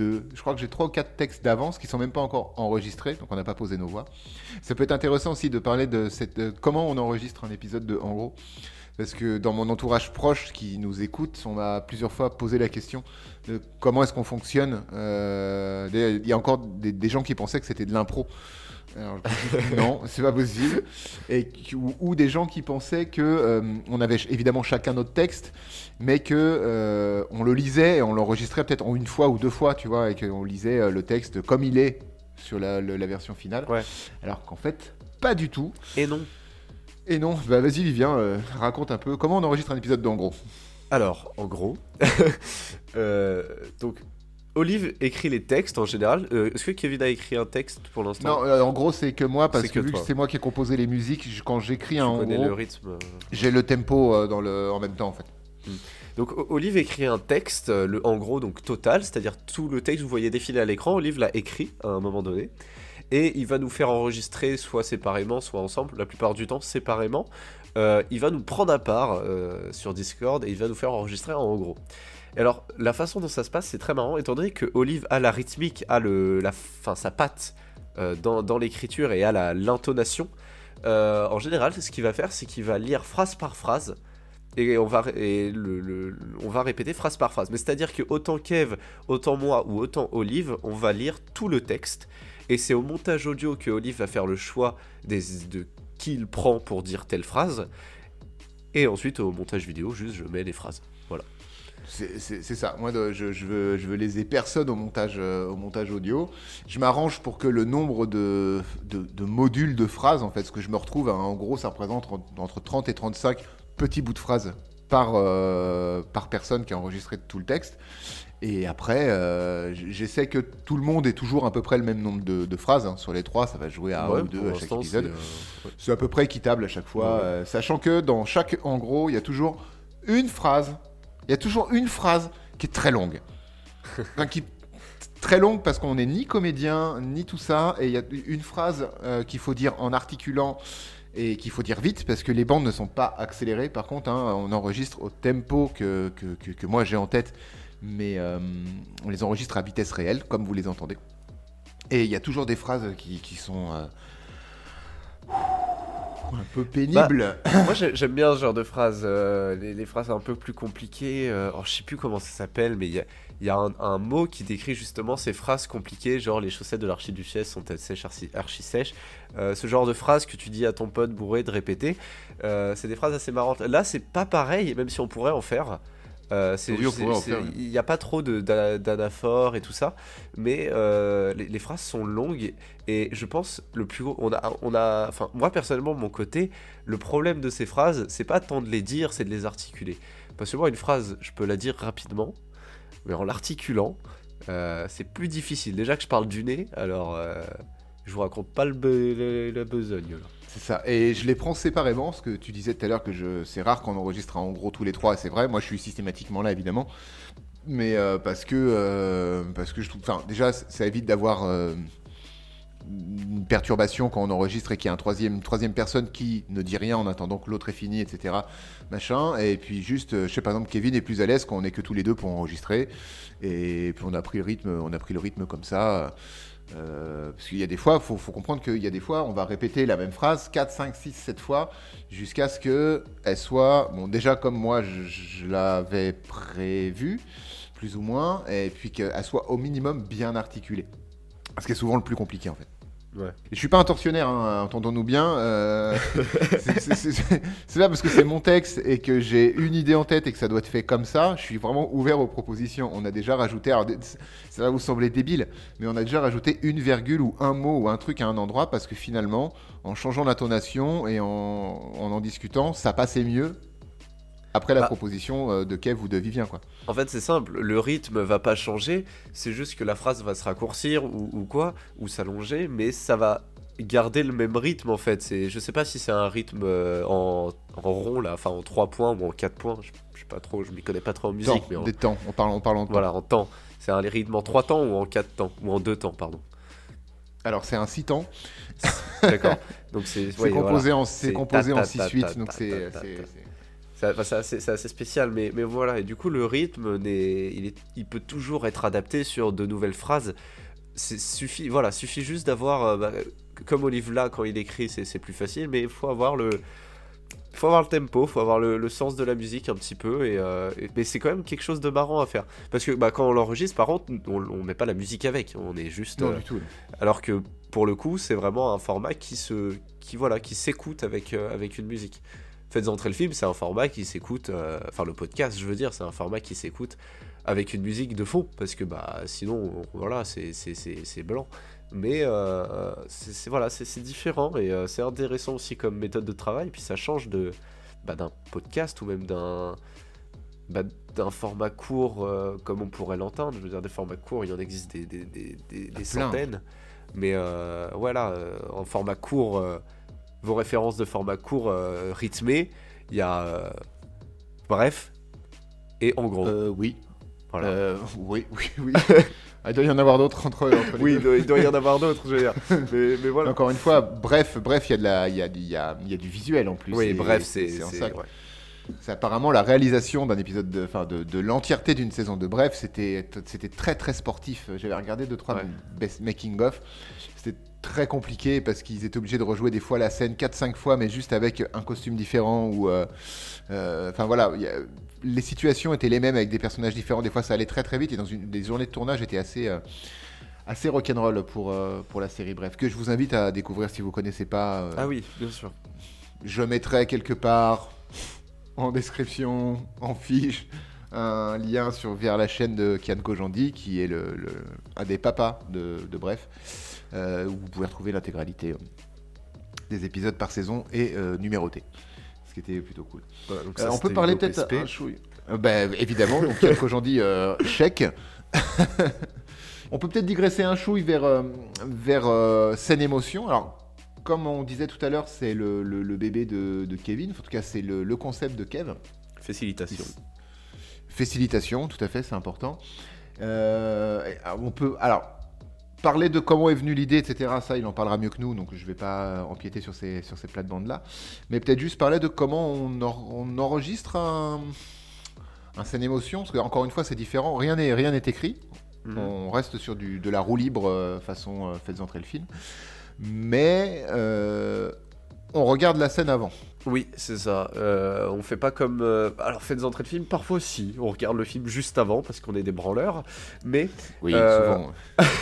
Speaker 1: de... Je crois que j'ai trois ou quatre textes d'avance qui sont même pas encore enregistrés, donc on n'a pas posé nos voix. Ça peut être intéressant aussi de parler de, cette, de comment on enregistre un épisode de En gros. Parce que dans mon entourage proche qui nous écoute, on m'a plusieurs fois posé la question de comment est-ce qu'on fonctionne. Euh, Il y a encore des, des gens qui pensaient que c'était de l'impro. Alors, je dis, non, c'est pas possible. Et, ou, ou des gens qui pensaient que euh, on avait évidemment chacun notre texte, mais que euh, on le lisait et on l'enregistrait peut-être en une fois ou deux fois, tu vois, et qu'on lisait euh, le texte comme il est sur la, le, la version finale.
Speaker 2: Ouais.
Speaker 1: Alors qu'en fait, pas du tout.
Speaker 2: Et non.
Speaker 1: Et non, bah vas-y Vivien, euh, raconte un peu comment on enregistre un épisode d'En gros.
Speaker 2: Alors, en gros, euh, donc Olive écrit les textes en général. Euh, est-ce que Kevin a écrit un texte pour l'instant?
Speaker 1: Non, euh, en gros c'est que moi, parce
Speaker 2: C'est
Speaker 1: que,
Speaker 2: que
Speaker 1: vu
Speaker 2: toi.
Speaker 1: que c'est moi qui ai composé les musiques, je- quand j'écris
Speaker 2: Tu
Speaker 1: un En
Speaker 2: connais
Speaker 1: gros,
Speaker 2: le rythme. euh.
Speaker 1: j'ai le tempo euh, dans le, en même temps en fait.
Speaker 2: Donc O- Olive écrit un texte, euh, le, en gros donc total, c'est-à-dire tout le texte que vous voyez défiler à l'écran, Olive l'a écrit à un moment donné. Et il va nous faire enregistrer soit séparément, soit ensemble, la plupart du temps séparément. Euh, il va nous prendre à part euh, sur Discord et il va nous faire enregistrer en gros. Et alors, la façon dont ça se passe, c'est très marrant, étant donné que Olive a la rythmique, a le, la, fin, sa patte euh, dans, dans l'écriture et a la, l'intonation. Euh, en général, ce qu'il va faire, c'est qu'il va lire phrase par phrase. Et on va, et le, le- on va répéter phrase par phrase. Mais c'est-à-dire que autant Kev, autant moi ou autant Olive, on va lire tout le texte. Et c'est au montage audio que Olive va faire le choix des, de qui il prend pour dire telle phrase. Et ensuite, au montage vidéo, juste je mets les phrases. Voilà.
Speaker 1: C'est, c'est- c'est ça. Moi, de- je, je veux, je veux léser personne au montage, euh, au montage audio. Je m'arrange pour que le nombre de, de, de modules de phrases, en fait, ce que je me retrouve, hein, en gros, ça représente entre, entre trente et trente-cinq petits bouts de phrases par, euh, par personne qui a enregistré tout le texte. Et après, euh, j- j'essaie que tout le monde ait toujours à peu près le même nombre de, de phrases. Hein. Sur les trois, ça va jouer à
Speaker 2: Ouais,
Speaker 1: un ou deux
Speaker 2: pour
Speaker 1: à chaque
Speaker 2: l'instant,
Speaker 1: épisode.
Speaker 2: c'est, euh, ouais.
Speaker 1: C'est à peu près équitable à chaque fois,
Speaker 2: Ouais.
Speaker 1: euh, sachant que dans chaque En gros, il y a toujours une phrase. Il y a toujours une phrase qui est très longue. Enfin, qui très longue parce qu'on n'est ni comédien ni tout ça, et il y a une phrase euh, qu'il faut dire en articulant et qu'il faut dire vite parce que les bandes ne sont pas accélérées. Par contre, hein, on enregistre au tempo que, que, que, que moi j'ai en tête, mais euh, on les enregistre à vitesse réelle, comme vous les entendez. Et il y a toujours des phrases qui, qui sont euh, un peu pénibles.
Speaker 2: Moi j'ai- j'aime bien ce genre de phrases, euh, les, les phrases un peu plus compliquées. Euh, alors, je sais plus comment ça s'appelle, mais il y a, il y a un, un mot qui décrit justement ces phrases compliquées, genre les chaussettes de l'archiduchesse sont-elles sèches, archi, archi sèches. Euh, ce genre de phrases que tu dis à ton pote bourré de répéter, euh, c'est des phrases assez marrantes. Là c'est pas pareil, même si on pourrait en faire. Euh, c'est-
Speaker 1: Oui, on
Speaker 2: c'est-
Speaker 1: pourrait en
Speaker 2: c'est-
Speaker 1: faire, oui.
Speaker 2: Il n'y a pas trop de- d'a- d'anaphores et tout ça, mais euh, les, les phrases sont longues et je pense le plus gros, on a, on a, enfin moi personnellement de mon côté, le problème de ces phrases, c'est pas tant de les dire, c'est de les articuler. Parce que moi une phrase, je peux la dire rapidement, mais en l'articulant, euh, c'est plus difficile. Déjà que je parle du nez, alors euh, je vous raconte pas le be- le- la besogne là.
Speaker 1: C'est ça. Et je les prends séparément, parce que tu disais tout à l'heure que je... c'est rare qu'on enregistre en gros tous les trois, et c'est vrai. Moi, je suis systématiquement là, évidemment. Mais euh, parce que, euh, parce que je trouve... Enfin, déjà, c- ça évite d'avoir euh, une perturbation quand on enregistre et qu'il y a un troisième, une troisième personne qui ne dit rien en attendant que l'autre est fini, et cetera. Machin. Et puis juste, euh, je sais, par exemple, Kevin est plus à l'aise quand on est que tous les deux pour enregistrer. Et puis on a pris le rythme, on a pris le rythme comme ça. Euh, parce qu'il y a des fois, il faut, faut comprendre qu'il y a des fois, on va répéter la même phrase quatre, cinq, six, sept fois jusqu'à ce qu'elle soit, bon, déjà comme moi je, je l'avais prévu, plus ou moins, et puis qu'elle soit au minimum bien articulée. Ce qui est souvent le plus compliqué en fait.
Speaker 2: Ouais.
Speaker 1: Et je suis pas un tortionnaire, hein, entendons-nous bien. euh, c'est- c'est- c'est- c'est c'est pas parce que c'est mon texte et que j'ai une idée en tête et que ça doit être fait comme ça. Je suis vraiment ouvert aux propositions. On a déjà rajouté, alors ça va vous sembler débile, mais on a déjà rajouté une virgule ou un mot ou un truc à un endroit parce que finalement, en changeant l'intonation et en, en en discutant, ça passait mieux après la
Speaker 2: Bah.
Speaker 1: proposition euh, de Kev ou de Vivien, quoi.
Speaker 2: En fait, c'est simple, le rythme va pas changer, c'est juste que la phrase va se raccourcir ou, ou quoi, ou s'allonger, mais ça va garder le même rythme en fait. C'est, je sais pas si c'est un rythme euh, en, en rond là, enfin en trois points ou en quatre points, je, je sais pas trop, je m'y connais pas trop en musique,
Speaker 1: Temps,
Speaker 2: mais en,
Speaker 1: des temps, on parle, on parle en temps.
Speaker 2: voilà, en temps. C'est un rythme en trois temps ou en quatre temps, ou en deux temps, pardon.
Speaker 1: Alors c'est un six temps.
Speaker 2: D'accord. Donc c'est,
Speaker 1: C'est
Speaker 2: ouais,
Speaker 1: composé
Speaker 2: voilà.
Speaker 1: en, c'est
Speaker 2: C'est
Speaker 1: composé
Speaker 2: ta,
Speaker 1: en
Speaker 2: ta,
Speaker 1: six
Speaker 2: ta,
Speaker 1: huit,
Speaker 2: ta,
Speaker 1: donc
Speaker 2: ta,
Speaker 1: c'est,
Speaker 2: ta,
Speaker 1: c'est,
Speaker 2: ta.
Speaker 1: c'est-
Speaker 2: C'est, enfin, c'est, assez, c'est assez spécial, mais, mais voilà. Et du coup, le rythme, n'est, il, est, il peut toujours être adapté sur de nouvelles phrases. C'est, suffit, voilà, suffit juste d'avoir, euh, bah, comme Olive là, quand il écrit, c'est, c'est plus facile, mais il faut avoir le, faut avoir le tempo, faut avoir le, le sens de la musique un petit peu, et, euh, et- mais c'est quand même quelque chose de marrant à faire. Parce que bah, quand on l'enregistre, par contre, on, on met pas la musique avec, on est juste.
Speaker 1: Non,
Speaker 2: euh,
Speaker 1: du tout.
Speaker 2: alors que pour le coup, c'est vraiment un format qui se, qui voilà, qui s'écoute avec euh, avec une musique. Faites entrer le film, c'est un format qui s'écoute, euh, enfin le podcast, je veux dire, c'est un format qui s'écoute avec une musique de fond, parce que bah sinon, on- voilà, c'est c'est c'est c'est blanc. Mais euh, c'est c'est- voilà, c'est c'est différent et euh, c'est intéressant aussi comme méthode de travail. Puis ça change de bah, d'un podcast ou même d'un bah, d'un format court euh, comme on pourrait l'entendre. Je veux dire, des formats courts, il y en existe des, des, des, des- des
Speaker 1: Plein.
Speaker 2: centaines. Mais euh, voilà, euh, en format court, euh, vos références de format court euh, rythmé, il y a euh, bref et en gros.
Speaker 1: Euh, oui.
Speaker 2: Voilà.
Speaker 1: Euh, oui, oui, oui. Ah, il doit y en avoir d'autres entre, entre les
Speaker 2: Oui, il
Speaker 1: deux.
Speaker 2: doit, il doit y en avoir d'autres, je veux dire. Mais, mais voilà.
Speaker 1: Encore une fois, bref, bref, il y a de la, il y a, du- il y a, il y a du visuel en plus.
Speaker 2: Oui,
Speaker 1: Et
Speaker 2: bref, c'est.
Speaker 1: en
Speaker 2: c'est-
Speaker 1: ça que-
Speaker 2: ouais.
Speaker 1: C'est apparemment la réalisation d'un épisode, de, enfin de, de l'entièreté d'une saison de Bref, c'était, c'était très très sportif. J'avais regardé deux trois
Speaker 2: Ouais.
Speaker 1: best making of. C'était très compliqué parce qu'ils étaient obligés de rejouer des fois la scène quatre cinq fois, mais juste avec un costume différent ou, euh, euh, enfin voilà, il y a- les situations étaient les mêmes avec des personnages différents. Des fois, ça allait très très vite et dans une des journées de tournage étaient assez euh, assez rock'n'roll pour euh, pour la série Bref, que je vous invite à découvrir si vous connaissez pas. euh,
Speaker 2: Ah oui, bien sûr.
Speaker 1: Je mettrai quelque part en description, en fiche, un lien sur, vers la chaîne de Kian Kojandi, qui est le, le- un des papas de, de Bref, euh, où vous pouvez retrouver l'intégralité euh, des épisodes par saison et euh, numérotés. Ce qui était plutôt cool.
Speaker 2: Voilà, donc
Speaker 1: Euh,
Speaker 2: ça,
Speaker 1: on peut
Speaker 2: c'était
Speaker 1: parler
Speaker 2: une
Speaker 1: peut-être
Speaker 2: O P S P.
Speaker 1: un chouille. Euh, ben, évidemment, donc Kian Kojandi, euh, chèque. On peut peut-être digresser un chouille vers, euh, vers euh, scène émotion. Alors, comme on disait tout à l'heure, c'est le, le- le bébé de, de Kevin. En tout cas, c'est le, le concept de Kev.
Speaker 2: Facilitation.
Speaker 1: Facilitation, tout à fait, c'est important. Euh, et, alors, on peut, alors, parler de comment est venue l'idée, et cetera. Ça, il en parlera mieux que nous, donc je ne vais pas empiéter sur ces, sur ces plates-bandes-là. Mais peut-être juste parler de comment on, or- on enregistre un, un scène émotion, parce qu'encore une fois, c'est différent. Rien n'est rien n'est écrit.
Speaker 2: Mhm.
Speaker 1: On reste sur du, de la roue libre euh, façon euh, faites entrer le film. Mais euh, on regarde la scène avant.
Speaker 2: Oui, c'est ça. Euh, on fait pas comme. euh, Alors, faites entrer le film, parfois si. On regarde le film juste avant parce qu'on est des branleurs. Mais,
Speaker 1: Oui,
Speaker 2: Euh,
Speaker 1: souvent.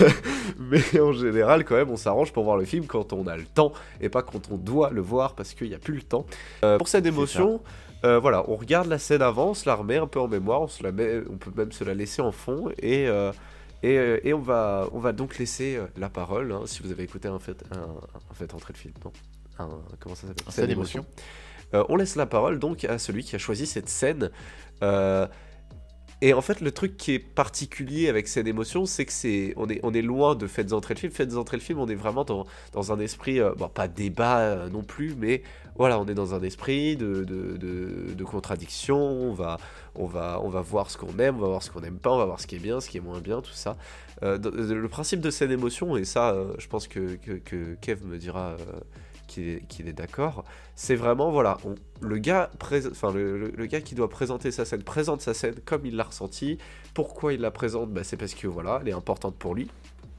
Speaker 2: mais en général, quand même, on s'arrange pour voir le film quand on a le temps et pas quand on doit le voir parce qu'il n'y a plus le temps. Euh, pour cette émotion, euh, voilà, on regarde la scène avant, on se la remet un peu en mémoire, on, se la met, on peut même se la laisser en fond et. euh, Et, euh, et on, va, on va donc laisser euh, la parole, hein, si vous avez écouté un fait, un, un fait entrer le film, non un, comment ça s'appelle
Speaker 1: Un scène d'émotion.
Speaker 2: Euh, on laisse la parole donc à celui qui a choisi cette scène. Euh, et en fait, le truc qui est particulier avec cette émotion, c'est que c'est, on est, on est loin de faites entrer le film. Faites entrer le film, on est vraiment dans, dans un esprit, euh, bon, pas débat euh, non plus, mais voilà, on est dans un esprit de, de, de, de contradiction. On va, on, va, on va voir ce qu'on aime, on va voir ce qu'on n'aime pas, on va voir ce qui est bien, ce qui est moins bien, tout ça. Euh, de- de- le principe de cette émotion, et ça, euh, je pense que, que, que Kev me dira. Euh, qu'il est, qu'il est d'accord, c'est vraiment, voilà, on- le, gars pré- enfin, le, le- le gars qui doit présenter sa scène, présente sa scène comme il l'a ressenti. Pourquoi il la présente? Bah, c'est parce que, voilà, elle est importante pour lui.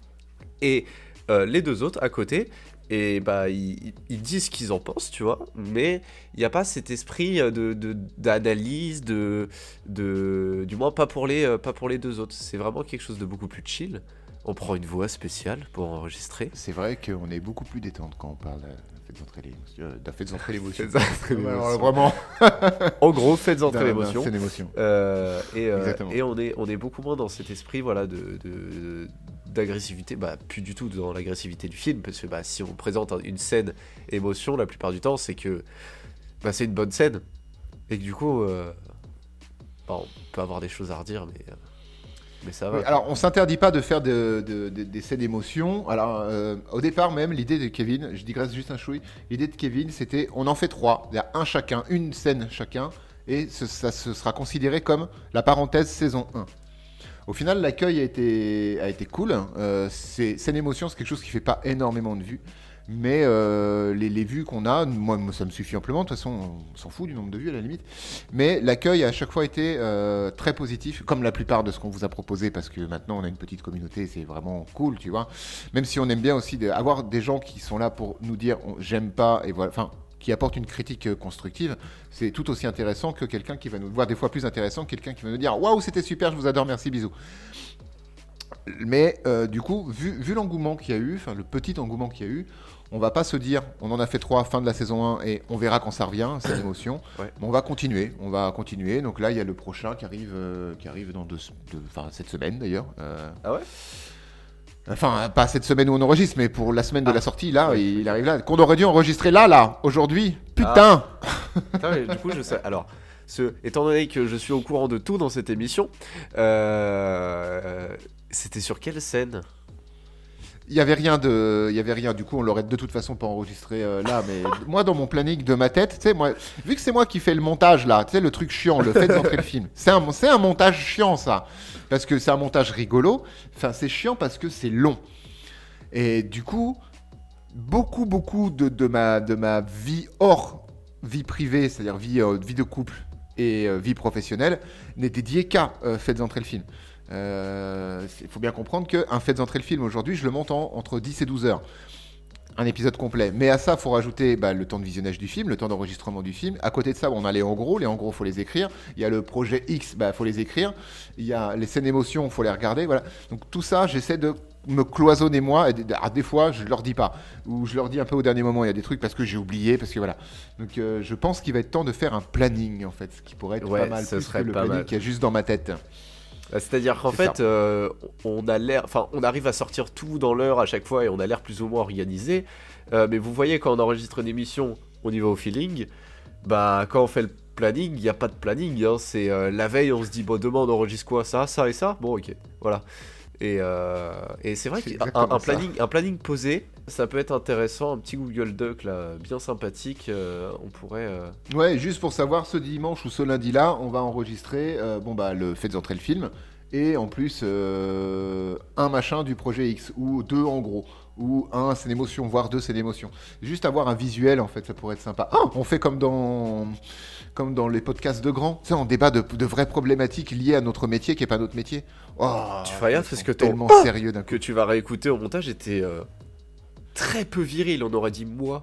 Speaker 2: Et euh, les deux autres, à côté, et bah, ils, ils- ils disent ce qu'ils en pensent, tu vois, mais il n'y a pas cet esprit euh, de, de- d'analyse, de, de, du moins pas pour, les, euh, pas pour les deux autres. C'est vraiment quelque chose de beaucoup plus chill. On prend une voix spéciale pour enregistrer.
Speaker 1: C'est vrai qu'on est beaucoup plus détente quand on parle euh, faites entrer les, euh, d'un faites entrer l'émotion.
Speaker 2: Faites entrer
Speaker 1: Ouais,
Speaker 2: l'émotion.
Speaker 1: alors, vraiment.
Speaker 2: En gros, faites entrer
Speaker 1: D'un-
Speaker 2: l'émotion.
Speaker 1: d'un- C'est une émotion.
Speaker 2: Euh, et, euh,
Speaker 1: Exactement.
Speaker 2: et on est on est beaucoup moins dans cet esprit, voilà, de, de- d'agressivité, bah plus du tout dans l'agressivité du film, parce que bah si on présente un- une scène émotion, la plupart du temps c'est que bah c'est une bonne scène et que du coup euh, bah, on peut avoir des choses à redire, mais euh, mais ça va.
Speaker 1: Oui, alors, on s'interdit pas de faire de- de- de- des scènes d'émotion. Alors, euh, au départ même, l'idée de Kevin, je digresse juste un chouille, l'idée de Kevin, c'était on en fait trois, il y a un chacun, une scène chacun, et ce- ça se sera considéré comme la parenthèse saison un. Au final, l'accueil a été, a été cool. Euh, c'est, scène émotion, c'est quelque chose qui fait pas énormément de vues. Mais euh, les, les vues qu'on a, moi, moi, ça me suffit amplement. De toute façon, on s'en fout du nombre de vues à la limite. Mais l'accueil a à chaque fois été euh, très positif, comme la plupart de ce qu'on vous a proposé, parce que maintenant on a une petite communauté, c'est vraiment cool, tu vois. Même si on aime bien aussi de, avoir des gens qui sont là pour nous dire on- j'aime pas, et voilà. Enfin, qui apporte une critique euh, constructive, c'est tout aussi intéressant que quelqu'un qui va nous voir, des fois plus intéressant que quelqu'un qui va nous dire waouh, c'était super, je vous adore, merci, bisous. Mais euh, du coup, vu, vu l'engouement qu'il y a eu, enfin le petit engouement qu'il y a eu, on va pas se dire on en a fait trois, fin de la saison un, et on verra quand ça revient, c'est l'émotion.
Speaker 2: Ouais.
Speaker 1: Mais on va continuer, on va continuer. Donc là, il y a le prochain qui arrive, euh, qui arrive dans deux, deux- enfin cette semaine d'ailleurs. Euh,
Speaker 2: Ah ouais.
Speaker 1: Enfin, pas cette semaine où on enregistre, mais pour la semaine de
Speaker 2: Ah.
Speaker 1: la sortie, là,
Speaker 2: Ouais.
Speaker 1: il arrive là. Qu'on aurait dû enregistrer là, là, aujourd'hui. Putain.
Speaker 2: Putain, mais du coup, je sais. Alors, ce... étant donné que je suis au courant de tout dans cette émission, euh... c'était sur quelle scène?
Speaker 1: Il y avait rien de, il y avait rien. Du coup, on l'aurait de toute façon pas enregistré euh, là. Mais moi, dans mon planning de ma tête, tu sais, moi, vu que c'est moi qui fais le montage là, tu sais, le truc chiant, le fait d'entrer le film, c'est un, c'est un montage chiant ça, parce que c'est un montage rigolo. Enfin, c'est chiant parce que c'est long. Et du coup, beaucoup, beaucoup de, de ma, de ma vie hors vie privée, c'est-à-dire vie, euh, vie de couple et euh, vie professionnelle, n'est dédiée qu'à euh, Faites entrer le film. Il euh, faut bien comprendre qu'un Faites entrer le film aujourd'hui, je le monte en, entre dix et douze heures. Un épisode complet. Mais à ça, il faut rajouter bah, le temps de visionnage du film, le temps d'enregistrement du film. À côté de ça, on a les en gros. Les en gros, il faut les écrire. Il y a le projet X, il bah, faut les écrire. Il y a les scènes émotions, il faut les regarder. Voilà. Donc tout ça, j'essaie de me cloisonner moi. Et des, ah, des fois, je leur dis pas. Ou je leur dis un peu au dernier moment. Il y a des trucs parce que j'ai oublié. Parce que voilà. Donc euh, je pense qu'il va être temps de faire un planning, en fait. Ce qui pourrait être
Speaker 2: Ouais,
Speaker 1: pas mal
Speaker 2: ce
Speaker 1: plus
Speaker 2: serait
Speaker 1: que le
Speaker 2: pas
Speaker 1: planning
Speaker 2: mal.
Speaker 1: qu'il y a juste dans ma tête.
Speaker 2: C'est-à-dire qu'en
Speaker 1: C'est
Speaker 2: fait, euh, on a l'air, enfin, on arrive à sortir tout dans l'heure à chaque fois et on a l'air plus ou moins organisé. Euh, mais vous voyez, quand on enregistre une émission, on y va au feeling. Bah, quand on fait le planning, il n'y a pas de planning. Hein, c'est euh, la veille, on se dit, bon, demain on enregistre quoi, ça, ça et ça. Bon, ok, voilà. Et, euh, et c'est vrai
Speaker 1: C'est
Speaker 2: qu'un
Speaker 1: exactement
Speaker 2: un
Speaker 1: ça.
Speaker 2: planning, un planning posé, ça peut être intéressant. Un petit Google Doc là, bien sympathique. euh, on pourrait. euh,
Speaker 1: Ouais, juste pour savoir, ce dimanche ou ce lundi-là, on va enregistrer euh, bon, bah, le Faites entrer le film. Et en plus, euh, un machin du projet X, ou deux en gros, ou un c'est l'émotion, voire deux c'est l'émotion. Juste avoir un visuel, en fait, ça pourrait être sympa. Ah, on fait comme dans, comme dans les podcasts de grands, tu sais, on débat de, de vraies problématiques liées à notre métier qui n'est pas notre métier. Oh,
Speaker 2: Tu feras gaffe
Speaker 1: ils
Speaker 2: parce
Speaker 1: sont
Speaker 2: que ton
Speaker 1: tellement
Speaker 2: Ah
Speaker 1: sérieux d'un coup.
Speaker 2: que tu vas réécouter au montage était euh, très peu viril. On aurait dit moi.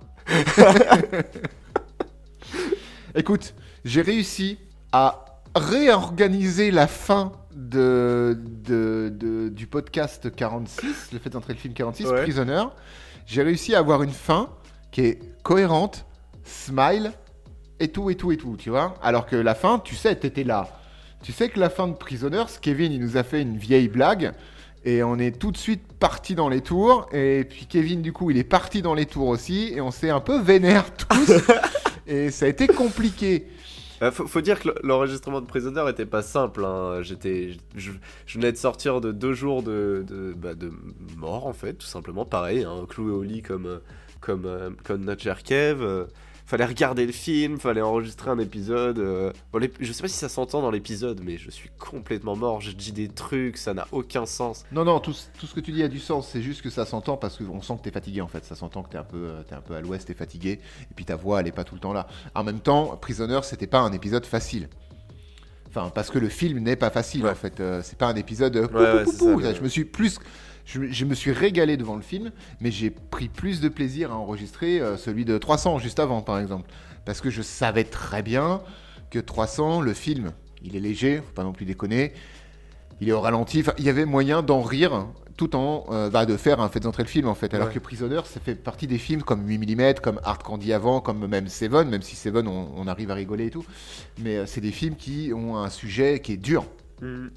Speaker 1: Écoute, j'ai réussi à réorganiser la fin de, de, de- du podcast quarante-six, le fait d'entrer le film quarante-six,
Speaker 2: Ouais.
Speaker 1: Prisoner. J'ai réussi à avoir une fin qui est cohérente, smile, et tout, et tout, et tout, tu vois. Alors que la fin, tu sais, t'étais là. Tu sais que la fin de Prisoners, Kevin, il nous a fait une vieille blague. Et on est tout de suite parti dans les tours. Et puis Kevin, du coup, il est parti dans les tours aussi. Et on s'est un peu vénère tous. Et ça a été compliqué.
Speaker 2: Euh, faut, faut dire que l'enregistrement de Prisoner était pas simple. Hein. J'étais, je, je venais de sortir de deux jours de, de, bah, de mort en fait, tout simplement. Pareil, hein, cloué au lit comme euh, comme euh, comme notre cher Kev. Euh, fallait regarder le film, fallait enregistrer un épisode. Euh, bon, les- je sais pas si ça s'entend dans l'épisode, mais je suis complètement mort. Je dis des trucs, ça n'a aucun sens.
Speaker 1: Non, non, tout, ce- tout ce que tu dis a du sens. C'est juste que ça s'entend parce qu'on sent que t'es fatigué en fait. Ça s'entend que t'es un peu, euh, t'es un peu à l'ouest, t'es fatigué. Et puis ta voix, elle est pas tout le temps là. En même temps, Prisoner, c'était pas un épisode facile. Enfin, parce que le film n'est pas facile
Speaker 2: Ouais.
Speaker 1: en fait. Euh, c'est pas un épisode. euh, pou,
Speaker 2: Ouais,
Speaker 1: pou,
Speaker 2: ouais,
Speaker 1: pou,
Speaker 2: c'est
Speaker 1: pou.
Speaker 2: ça,
Speaker 1: Je me suis plus. Je, je me suis régalé devant le film, mais j'ai pris plus de plaisir à enregistrer euh, celui de trois cents juste avant, par exemple. Parce que je savais très bien que trois cents, le film, il est léger, faut pas non plus déconner. Il est au ralenti. Enfin, il y avait moyen d'en rire tout en euh, bah, de faire un fait d'entrer le film en fait. Alors
Speaker 2: Ouais.
Speaker 1: que Prisoner, ça fait partie des films comme huit millimètres, comme Hard Candy avant, comme même Seven, même si Seven, on, on arrive à rigoler et tout. Mais euh, c'est des films qui ont un sujet qui est dur.
Speaker 2: Mm.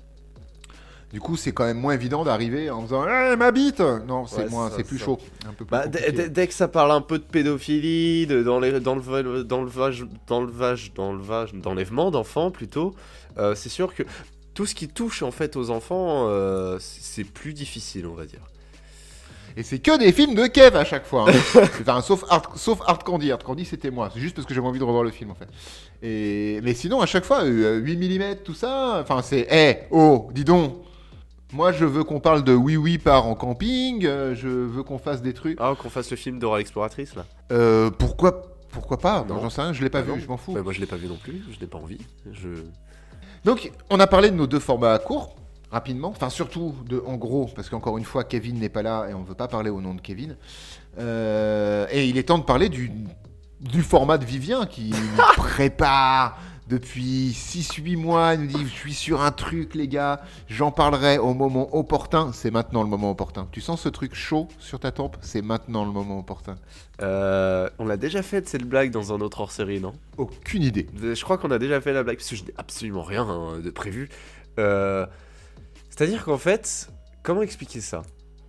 Speaker 1: Du coup, c'est quand même moins évident d'arriver en faisant hey, ma bite. Non, c'est
Speaker 2: Ouais,
Speaker 1: moins,
Speaker 2: ça,
Speaker 1: c'est plus
Speaker 2: ça.
Speaker 1: chaud. Un peu plus
Speaker 2: Bah, dès,
Speaker 1: compliqué.
Speaker 2: dès- dès que ça parle un peu de pédophilie, de, dans les, dans le, vol- dans le vage, dans le vage, dans le vage, d'enlèvement d'enfants plutôt, euh, c'est sûr que tout ce qui touche en fait aux enfants, euh, c'est c'est plus difficile, on va dire.
Speaker 1: Et c'est que des films de Kev à chaque fois. Hein. Enfin, sauf Hard, sauf Hard Candy. Hard Candy, c'était moi. C'est juste parce que j'avais envie de revoir le film, en fait. Et... Mais sinon, à chaque fois, euh, huit millimètres, tout ça. Enfin, c'est. Eh, oh, dis donc. Moi, je veux qu'on parle de Oui Oui part en camping, euh, je veux qu'on fasse des trucs.
Speaker 2: Ah, qu'on fasse le film Dora l'exploratrice, là.
Speaker 1: Euh, pourquoi, pourquoi pas?
Speaker 2: Non.
Speaker 1: Moi, j'en sais rien, je l'ai pas
Speaker 2: Ah
Speaker 1: vu,
Speaker 2: non.
Speaker 1: je m'en fous.
Speaker 2: Bah, moi, je l'ai pas vu non plus, je n'ai pas envie. Je...
Speaker 1: Donc, on a parlé de nos deux formats courts, rapidement. Enfin, surtout, de, en gros, parce qu'encore une fois, Kevin n'est pas là et on ne veut pas parler au nom de Kevin. Euh, et il est temps de parler du, du format de Vivien qui nous prépare depuis six huit mois. Il nous dit, je suis sur un truc, les gars, j'en parlerai au moment opportun. C'est maintenant le moment opportun. Tu sens ce truc chaud sur ta tempe? C'est maintenant le moment opportun.
Speaker 2: Euh, on l'a déjà fait cette blague dans un autre hors-série, non?
Speaker 1: Aucune idée.
Speaker 2: Je crois qu'on a déjà fait la blague, parce que je n'ai absolument rien hein, de prévu. Euh, C'est-à-dire qu'en fait, comment expliquer ça?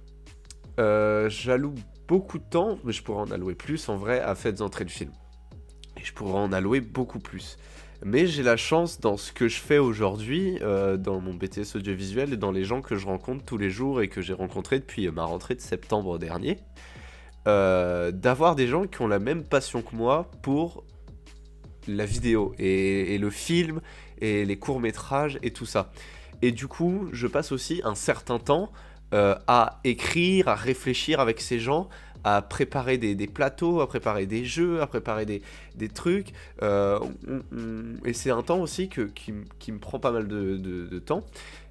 Speaker 2: euh, J'alloue beaucoup de temps, mais je pourrais en allouer plus en vrai à Faites entrer le film. Et je pourrais en allouer beaucoup plus. Mais j'ai la chance dans ce que je fais aujourd'hui, euh, dans mon B T S audiovisuel et dans les gens que je rencontre tous les jours et que j'ai rencontrés depuis ma rentrée de septembre dernier, euh, d'avoir des gens qui ont la même passion que moi pour la vidéo et, et le film et les courts-métrages et tout ça. Et du coup, je passe aussi un certain temps euh, à écrire, à réfléchir avec ces gens, à préparer des, des plateaux, à préparer des jeux, à préparer des, des trucs. Euh, on, on, et c'est un temps aussi que, qui, qui me prend pas mal de, de, de temps.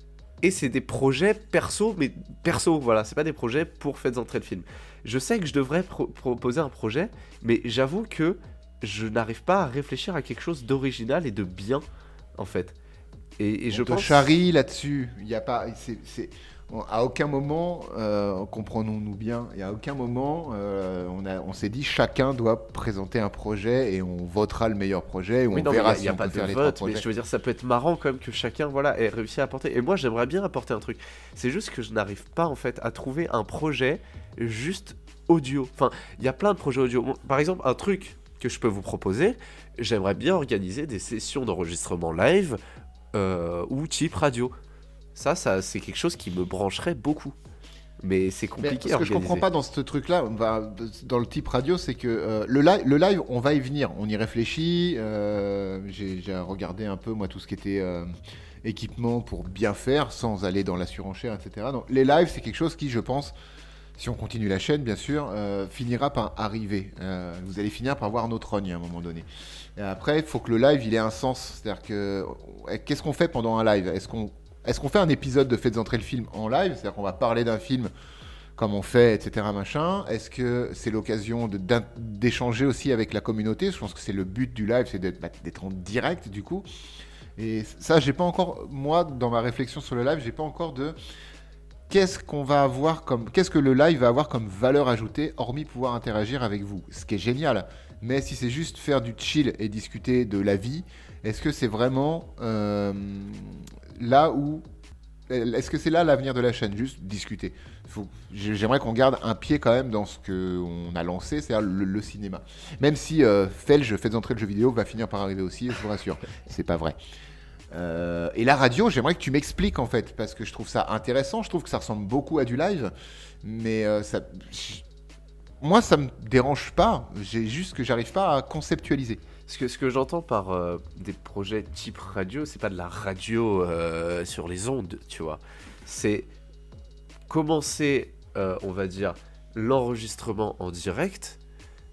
Speaker 2: Et c'est des projets perso, mais perso, voilà, c'est pas des projets pour Faites entrer le film. Je sais que je devrais pro- proposer un projet, mais j'avoue que je n'arrive pas à réfléchir à quelque chose d'original et de bien, en fait. Et, et
Speaker 1: On
Speaker 2: je
Speaker 1: te
Speaker 2: pense...
Speaker 1: charrie là-dessus. Il y a pas, c'est, c'est, on- à aucun moment, euh, comprenons-nous bien, et à aucun moment, euh, on, a, on s'est dit chacun doit présenter un projet et on votera le meilleur projet. Ou
Speaker 2: Oui,
Speaker 1: on
Speaker 2: non,
Speaker 1: verra
Speaker 2: il n'y
Speaker 1: si
Speaker 2: a,
Speaker 1: on
Speaker 2: pas
Speaker 1: peut
Speaker 2: de
Speaker 1: faire les trois
Speaker 2: vote,
Speaker 1: projets.
Speaker 2: mais je veux dire, ça peut être marrant quand même que chacun voilà, ait réussi à apporter. Et moi, j'aimerais bien apporter un truc. C'est juste que je n'arrive pas, en fait, à trouver un projet juste audio. Enfin, il y a plein de projets audio. Bon, par exemple, un truc que je peux vous proposer, j'aimerais bien organiser des sessions d'enregistrement live euh, ou type radio. Ça, ça, c'est quelque chose qui me brancherait beaucoup. Mais c'est compliqué
Speaker 1: Mais ce
Speaker 2: à
Speaker 1: que je
Speaker 2: organiser.
Speaker 1: comprends pas dans ce truc-là, on va- dans le type radio, c'est que euh, le, li- le live, on va y venir, on y réfléchit. euh, j'ai, j'ai regardé un peu, moi, tout ce qui était euh, équipement pour bien faire, sans aller dans la surenchère, et cetera. Donc, les lives, c'est quelque chose qui, je pense, si on continue la chaîne, bien sûr, euh, finira par arriver. Euh, vous allez finir par voir notre rogne à un moment donné. Et après, il faut que le live, il ait un sens. C'est-à-dire que, euh, qu'est-ce qu'on fait pendant un live? Est-ce qu'on Est-ce qu'on fait un épisode de Faites entrer le film en live? C'est-à-dire qu'on va parler d'un film comme on fait, et cetera machin. Est-ce que c'est l'occasion de, d'in- d'échanger aussi avec la communauté? Je pense que c'est le but du live, c'est d'être, bah, d'être en direct du coup. Et ça, j'ai pas encore, moi, dans ma réflexion sur le live, j'ai pas encore de qu'est-ce qu'on va avoir comme, qu'est-ce que le live va avoir comme valeur ajoutée, hormis pouvoir interagir avec vous, ce qui est génial. Mais si c'est juste faire du chill et discuter de la vie, est-ce que c'est vraiment euh, là où est-ce que c'est là l'avenir de la chaîne? Juste discuter. Faut, j'aimerais qu'on garde un pied quand même dans ce qu'on a lancé, c'est-à-dire le, le cinéma. Même si euh, Felge, Faites entrer le jeu vidéo, va finir par arriver aussi, je vous rassure. C'est pas vrai. Euh, et la radio, j'aimerais que tu m'expliques en fait, parce que je trouve ça intéressant, je trouve que ça ressemble beaucoup à du live, mais euh, ça, je- moi ça me dérange pas, j'ai juste que j'arrive pas à conceptualiser.
Speaker 2: Ce que, ce que j'entends par euh, des projets type radio, c'est pas de la radio euh, sur les ondes, tu vois. C'est commencer, euh, on va dire, l'enregistrement en direct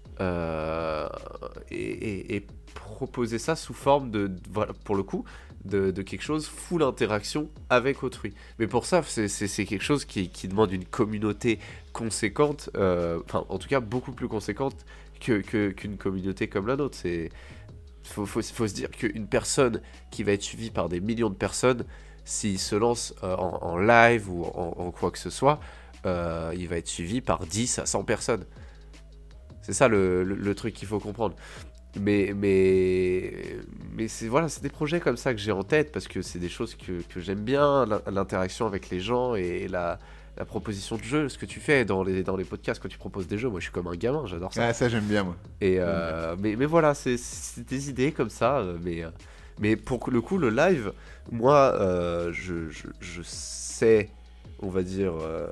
Speaker 2: euh, et, et- et proposer ça sous forme de, de- voilà, pour le coup, de, de quelque chose full interaction avec autrui. Mais pour ça, c'est, c'est- c'est quelque chose qui, qui demande une communauté conséquente, euh, enfin, en tout cas, beaucoup plus conséquente que, que- qu'une communauté comme la nôtre. C'est faut, faut, faut se dire qu'une personne qui va être suivie par des millions de personnes, s'il se lance euh, en, en live ou en, en quoi que ce soit, euh, il va être suivi par dix à cent personnes. C'est ça le, le, le truc qu'il faut comprendre. Mais, mais, mais c'est, voilà, c'est des projets comme ça que j'ai en tête parce que c'est des choses que, que j'aime bien, l'in- l'interaction avec les gens et la, la proposition de jeu, ce que tu fais dans les, dans les podcasts quand tu proposes des jeux. Moi, je suis comme un gamin, j'adore ça.
Speaker 1: Ah, ça j'aime bien moi.
Speaker 2: Et euh, mais, mais voilà, c'est, c'est des idées comme ça. euh, Mais, euh, mais pour le coup, le live, moi, euh, je, je, je sais, on va dire, euh,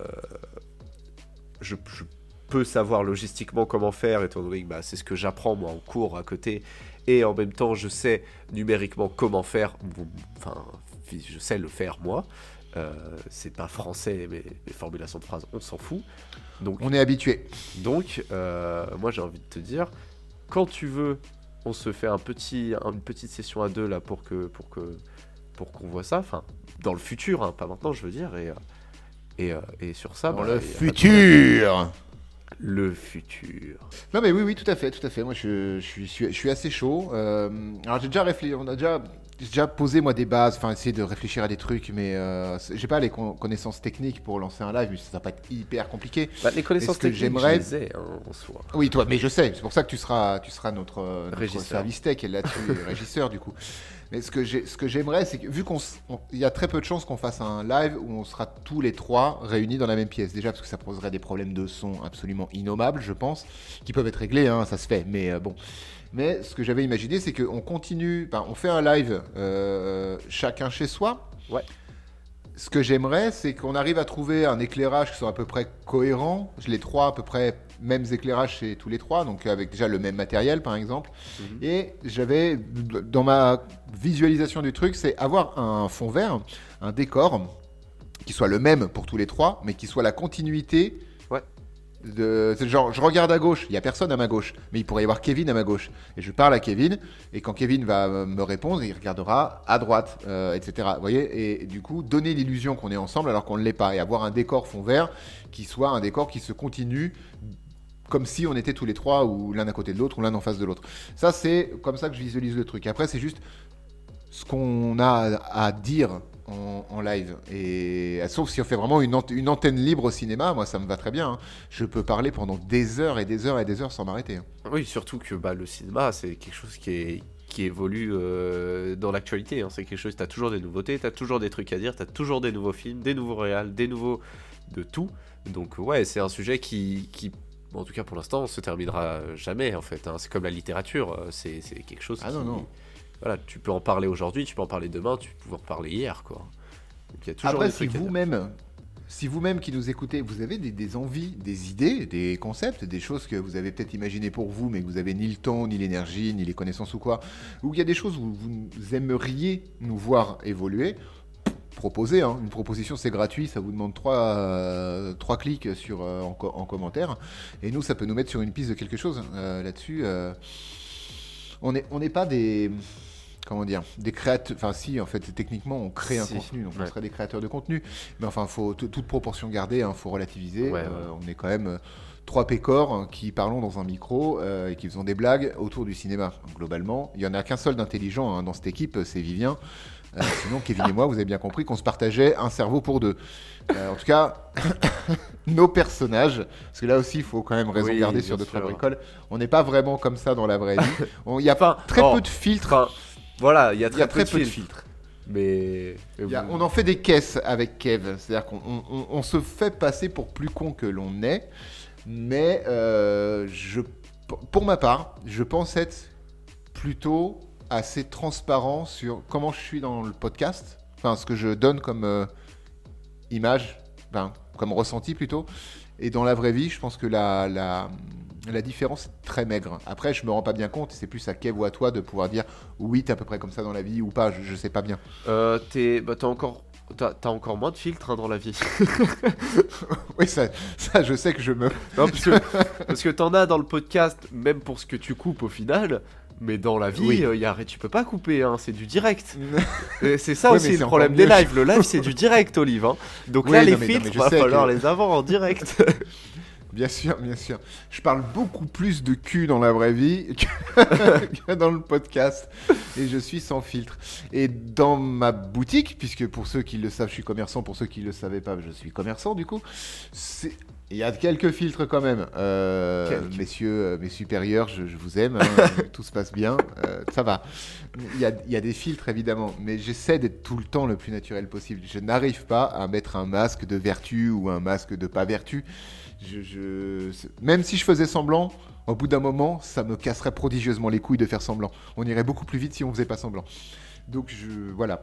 Speaker 2: je, je peux savoir logistiquement comment faire, étant donné que bah, c'est ce que j'apprends moi en cours à côté. Et en même temps, je sais numériquement comment faire. Enfin, je sais le faire moi. Euh, c'est pas français, mais les formulations de phrases, on s'en fout. Donc,
Speaker 1: on est habitué.
Speaker 2: Donc, euh, moi j'ai envie de te dire, quand tu veux, on se fait un petit, une petite session à deux là pour que, pour que, pour qu'on voit ça. Enfin, dans le futur, hein, pas maintenant, je veux dire. Et et, et sur ça,
Speaker 1: dans
Speaker 2: bah,
Speaker 1: le futur.
Speaker 2: Le futur.
Speaker 1: Non mais oui, oui, tout à fait, tout à fait. Moi, je, je suis, je suis assez chaud. Euh, alors j'ai déjà réfléchi, on a déjà. J'ai déjà posé moi des bases, enfin essayer de réfléchir à des trucs, mais euh, j'ai pas les con- connaissances techniques pour lancer un live, mais ça va pas être hyper compliqué.
Speaker 2: Bah, les connaissances techniques,
Speaker 1: j'aimerais...
Speaker 2: je les ai, hein, en soi.
Speaker 1: Oui, toi, mais je sais, c'est pour ça que tu seras, tu seras notre, notre service tech et là-dessus, régisseur du coup. Mais ce que, j'ai, ce que j'aimerais, c'est que vu qu'on, on, y a très peu de chances qu'on fasse un live où on sera tous les trois réunis dans la même pièce. Déjà parce que ça poserait des problèmes de son absolument innommables, je pense, qui peuvent être réglés, hein, ça se fait, mais euh, bon. Mais ce que j'avais imaginé, c'est qu'on continue, ben, on fait un live euh, chacun chez soi.
Speaker 2: Ouais.
Speaker 1: Ce que j'aimerais, c'est qu'on arrive à trouver un éclairage qui soit à peu près cohérent. Les trois, à peu près, mêmes éclairages chez tous les trois, donc avec déjà le même matériel, par exemple. Mm-hmm. Et j'avais, dans ma visualisation du truc, c'est avoir un fond vert, un décor, qui soit le même pour tous les trois, mais qui soit la continuité.
Speaker 2: Ouais.
Speaker 1: De, c'est genre, je regarde à gauche, il n'y a personne à ma gauche, mais il pourrait y avoir Kevin à ma gauche. Et je parle à Kevin, et quand Kevin va me répondre, il regardera à droite, euh, et cetera. Vous voyez, et, et du coup, donner l'illusion qu'on est ensemble alors qu'on ne l'est pas, et avoir un décor fond vert qui soit un décor qui se continue comme si on était tous les trois, ou l'un à côté de l'autre, ou l'un en face de l'autre. Ça, c'est comme ça que je visualise le truc. Après, c'est juste ce qu'on a à dire En, en live, et sauf si on fait vraiment une, ant- une antenne libre au cinéma, moi ça me va très bien, hein. Je peux parler pendant des heures et des heures et des heures sans m'arrêter, hein.
Speaker 2: Oui, surtout que bah, le cinéma c'est quelque chose qui, est, qui évolue euh, dans l'actualité, hein. C'est quelque chose, t'as toujours des nouveautés, t'as toujours des trucs à dire, t'as toujours des nouveaux films, des nouveaux réals, des nouveaux de tout, donc ouais, c'est un sujet qui, qui en tout cas pour l'instant se terminera jamais en fait, hein. C'est comme la littérature, c'est, c'est quelque chose
Speaker 1: ah
Speaker 2: qui...
Speaker 1: non, non.
Speaker 2: Voilà, tu peux en parler aujourd'hui, tu peux en parler demain, tu peux en parler hier, quoi. Donc, il y a toujours
Speaker 1: Après,
Speaker 2: des
Speaker 1: si
Speaker 2: trucs à
Speaker 1: vous-même, si vous-même qui nous écoutez, vous avez des, des envies, des idées, des concepts, des choses que vous avez peut-être imaginées pour vous, mais que vous avez ni le temps, ni l'énergie, ni les connaissances ou quoi, ou il y a des choses où vous aimeriez nous voir évoluer, proposez, hein. Une proposition c'est gratuit, ça vous demande trois, euh, trois clics sur, euh, en, co- en commentaire, et nous ça peut nous mettre sur une piste de quelque chose euh, là-dessus. Euh, on n'est on n'est pas des... Comment dire, des créateurs, enfin si, en fait, techniquement, on crée un
Speaker 2: Si,
Speaker 1: contenu, donc
Speaker 2: ouais.
Speaker 1: on serait des créateurs de contenu, mais enfin, faut t- toute proportion gardée, hein, faut relativiser.
Speaker 2: Ouais,
Speaker 1: Euh,
Speaker 2: ouais.
Speaker 1: on est quand même euh, trois pécores hein, qui parlons dans un micro euh, et qui faisons des blagues autour du cinéma. Donc, globalement, il y en a qu'un seul d'intelligent hein, dans cette équipe, c'est Vivien. Euh, sinon, Kevin et moi, vous avez bien compris qu'on se partageait un cerveau pour deux. Euh, en tout cas, nos personnages, parce que là aussi, il faut quand même raison
Speaker 2: Oui,
Speaker 1: garder
Speaker 2: bien
Speaker 1: sur notre
Speaker 2: sûr.
Speaker 1: bricole. On n'est pas vraiment comme ça dans la vraie vie. Il y a
Speaker 2: Enfin,
Speaker 1: très
Speaker 2: oh,
Speaker 1: peu de filtres.
Speaker 2: Enfin, voilà, il y a très,
Speaker 1: Il y a très
Speaker 2: peu,
Speaker 1: peu
Speaker 2: de
Speaker 1: de
Speaker 2: filtres. Mais...
Speaker 1: Il y a- on en fait des caisses avec Kev, c'est-à-dire qu'on on- on- on se fait passer pour plus con que l'on est, mais euh, je, pour ma part, je pense être plutôt assez transparent sur comment je suis dans le podcast, enfin ce que je donne comme euh, image, enfin, comme ressenti plutôt, et dans la vraie vie, je pense que la, la, la différence est très maigre. Après, je me rends pas bien compte, c'est plus à Kev ou à toi de pouvoir dire oui, t'es à peu près comme ça dans la vie ou pas, je, je sais pas bien.
Speaker 2: Euh, t'es, bah, t'as encore... T'as, t'as encore moins de filtres hein, dans la vie.
Speaker 1: Oui, ça, ça, je sais que je me...
Speaker 2: Non, parce que, parce que t'en as dans le podcast, même pour ce que tu coupes au final, mais dans la vie,
Speaker 1: Oui.
Speaker 2: euh, y a, tu peux pas couper, hein, c'est du direct. Et c'est ça
Speaker 1: Oui,
Speaker 2: aussi
Speaker 1: mais
Speaker 2: le
Speaker 1: c'est
Speaker 2: problème
Speaker 1: encore
Speaker 2: des
Speaker 1: mieux.
Speaker 2: lives. Le live, c'est du direct, Olive. Hein. Donc
Speaker 1: Oui,
Speaker 2: là,
Speaker 1: non,
Speaker 2: les
Speaker 1: mais- non, mais
Speaker 2: filtres,
Speaker 1: je
Speaker 2: va
Speaker 1: sais
Speaker 2: falloir
Speaker 1: que-
Speaker 2: les avoir en direct.
Speaker 1: Bien sûr, bien sûr. Je parle beaucoup plus de cul dans la vraie vie que, que dans le podcast. Et je suis sans filtre. Et dans ma boutique, puisque pour ceux qui le savent, je suis commerçant. Pour ceux qui ne le savaient pas, je suis commerçant du coup. C'est... Il y a quelques filtres quand même. Euh,
Speaker 2: Quelques.
Speaker 1: messieurs, euh, mes supérieurs, je, je vous aime. Hein, tout se passe bien. Euh, ça va. Il y, a, il y a des filtres évidemment. Mais j'essaie d'être tout le temps le plus naturel possible. Je n'arrive pas à mettre un masque de vertu ou un masque de pas vertu. Je, je... Même si je faisais semblant, au bout d'un moment, ça me casserait prodigieusement les couilles de faire semblant. On irait beaucoup plus vite si on faisait pas semblant. Donc je... voilà.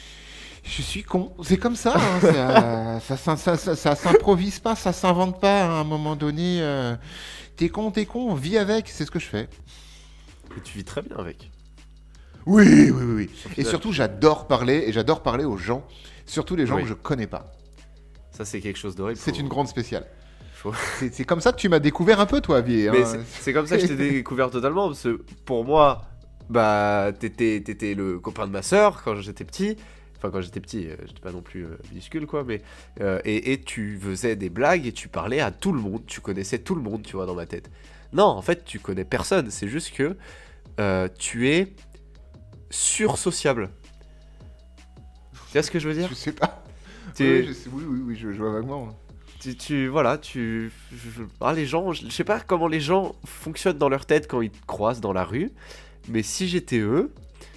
Speaker 1: Je suis con, c'est comme ça, hein, ça, ça, ça, ça, ça, ça s'improvise pas, ça s'invente pas à un moment donné. Euh... T'es con, t'es con, vis avec, c'est ce que je fais.
Speaker 2: Et tu vis très bien avec.
Speaker 1: Oui, oui, oui, oui. Et
Speaker 2: final.
Speaker 1: surtout, j'adore parler, et j'adore parler aux gens. Surtout les gens
Speaker 2: Oui.
Speaker 1: que je connais pas.
Speaker 2: Ça, c'est quelque chose d'horrible.
Speaker 1: C'est
Speaker 2: faut-
Speaker 1: une grande spéciale.
Speaker 2: faut-
Speaker 1: C'est, c'est comme ça que tu m'as découvert un peu, toi, Vie.
Speaker 2: Mais
Speaker 1: hein.
Speaker 2: c'est, c'est comme ça que je t'ai découvert totalement. Parce que pour moi, bah, t'étais, t'étais le copain de ma sœur quand j'étais petit. Enfin, quand j'étais petit, euh, j'étais pas non plus euh, minuscule, quoi. Mais, euh, et, et tu faisais des blagues et tu parlais à tout le monde. Tu connaissais tout le monde, tu vois, dans ma tête. Non, en fait, tu connais personne. C'est juste que euh, tu es sursociable. Tu vois ce que je veux dire?
Speaker 1: Je sais pas.
Speaker 2: Tu-
Speaker 1: Oui, je sais- oui, oui, oui, je, je vois vaguement.
Speaker 2: tu, tu- voilà, tu, je- ah, les gens, je, je sais pas comment les gens fonctionnent dans leur tête quand ils te croisent dans la rue, mais si j'étais eux,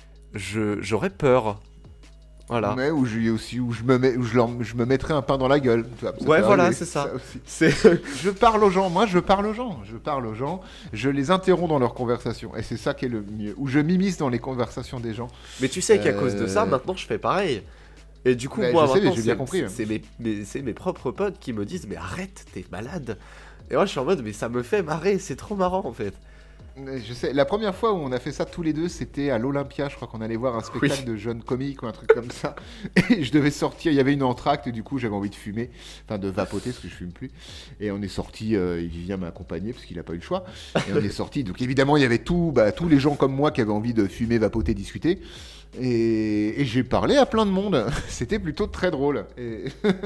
Speaker 2: je, j'aurais peur. Voilà.
Speaker 1: Mais où je, aussi, où je me mets, où je, leur, je me mettrais un pain dans la gueule. Tu vois, ça
Speaker 2: Ouais,
Speaker 1: peut
Speaker 2: voilà,
Speaker 1: arriver,
Speaker 2: c'est ça.
Speaker 1: aussi.
Speaker 2: C'est,
Speaker 1: Je parle aux gens, moi je parle aux gens, je parle aux gens, je les interromps dans leurs conversations, et c'est ça qui est le mieux, ou je m'immisce dans les conversations des gens.
Speaker 2: mais tu sais qu'à
Speaker 1: Euh,
Speaker 2: cause de ça, maintenant je fais pareil. Et du coup,
Speaker 1: Bah,
Speaker 2: moi
Speaker 1: je sais,
Speaker 2: maintenant,
Speaker 1: j'ai bien
Speaker 2: c'est,
Speaker 1: compris,
Speaker 2: c'est,
Speaker 1: hein.
Speaker 2: c'est mes, mes- c'est mes propres potes qui me disent, mais arrête, t'es malade. Et moi je suis en mode, mais ça me fait marrer, c'est trop marrant en fait.
Speaker 1: Mais Je sais, la première fois où on a fait ça tous les deux, c'était à l'Olympia, je crois qu'on allait voir un spectacle
Speaker 2: Oui.
Speaker 1: de jeunes comiques ou un truc comme ça, et je devais sortir, il y avait une entracte, et du coup j'avais envie de fumer, enfin de vapoter, parce que je fume plus, et on est sorti, euh, et Vivien m'a accompagné, parce qu'il n'a pas eu le choix, et on est sorti, donc évidemment il y avait tout, bah, tous les gens comme moi qui avaient envie de fumer, vapoter, discuter, et, et j'ai parlé à plein de monde, c'était plutôt très drôle. Et...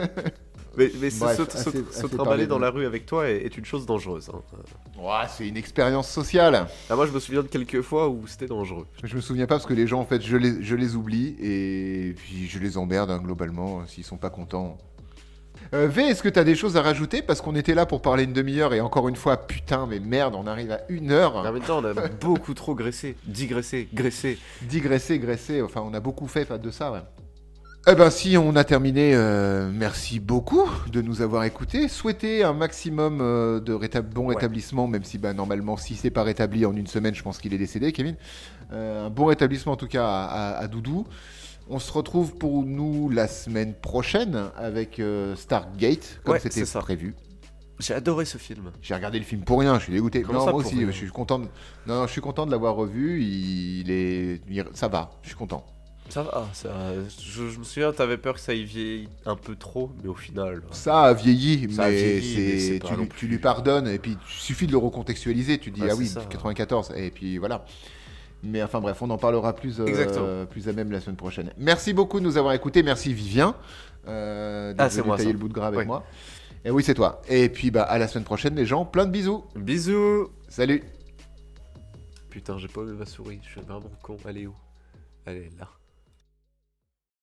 Speaker 2: Mais, mais se,
Speaker 1: Bref,
Speaker 2: se-
Speaker 1: assez-
Speaker 2: se-
Speaker 1: assez
Speaker 2: se
Speaker 1: parlé
Speaker 2: trimballer
Speaker 1: de-
Speaker 2: dans la rue avec toi est, est une chose dangereuse. hein.
Speaker 1: Ouah, c'est une expérience sociale.
Speaker 2: Ah, moi je me souviens de quelques fois où c'était dangereux.
Speaker 1: Je me souviens pas parce que les gens, en fait, je les, je les oublie et puis je les emmerde hein, globalement euh, s'ils sont pas contents. Euh, V, est-ce que t'as des choses à rajouter? Parce qu'on était là pour parler une demi-heure et encore une fois, putain, mais merde, on arrive à une heure.
Speaker 2: En même temps, on a beaucoup trop graissé, digressé, graissé.
Speaker 1: Digresser, graisser, enfin, on a beaucoup fait de ça, ouais. Eh ben si on a terminé, euh, merci beaucoup de nous avoir écoutés. Souhaitez un maximum euh, de rétab- bon
Speaker 2: Ouais.
Speaker 1: rétablissement, même si bah, normalement, si c'est pas rétabli en une semaine, je pense qu'il est décédé, Kevin. Euh, un bon rétablissement en tout cas à, à- à Doudou. On se retrouve pour nous la semaine prochaine avec euh, Stargate, comme
Speaker 2: Ouais,
Speaker 1: c'était
Speaker 2: c'est ça.
Speaker 1: prévu.
Speaker 2: J'ai adoré ce film.
Speaker 1: J'ai regardé le film pour rien, je suis dégoûté.
Speaker 2: Comment
Speaker 1: non,
Speaker 2: ça,
Speaker 1: moi
Speaker 2: pour
Speaker 1: aussi,
Speaker 2: rien
Speaker 1: je suis content. De... Non, non, je suis content de l'avoir revu. Il est, il- ça va, je suis content.
Speaker 2: Ça va, ça, je, je me souviens, t'avais peur que ça y vieille un peu trop, mais au final.
Speaker 1: Ça a vieilli,
Speaker 2: Ça a
Speaker 1: mais,
Speaker 2: vieilli, mais
Speaker 1: c'est,
Speaker 2: c'est pas
Speaker 1: tu,
Speaker 2: non
Speaker 1: lui,
Speaker 2: plus-
Speaker 1: tu lui pardonnes et puis il suffit de le recontextualiser. Tu dis
Speaker 2: Ouais,
Speaker 1: ah
Speaker 2: c'est
Speaker 1: oui,
Speaker 2: ça.
Speaker 1: quatre-vingt-quatorze et puis voilà. Mais enfin bref, on en parlera plus, euh,
Speaker 2: Exactement.
Speaker 1: plus à même la semaine prochaine. Merci beaucoup de nous avoir écoutés. Merci Vivien euh, d'être
Speaker 2: Ah, c'est
Speaker 1: venu
Speaker 2: moi,
Speaker 1: tailler
Speaker 2: ça.
Speaker 1: le bout de gras avec
Speaker 2: Oui.
Speaker 1: moi. Et oui, c'est toi. Et puis bah à la semaine prochaine les gens. Plein de bisous.
Speaker 2: Bisous.
Speaker 1: Salut.
Speaker 2: Putain, j'ai pas eu ma souris, je suis vraiment con. Elle est où? Elle est là.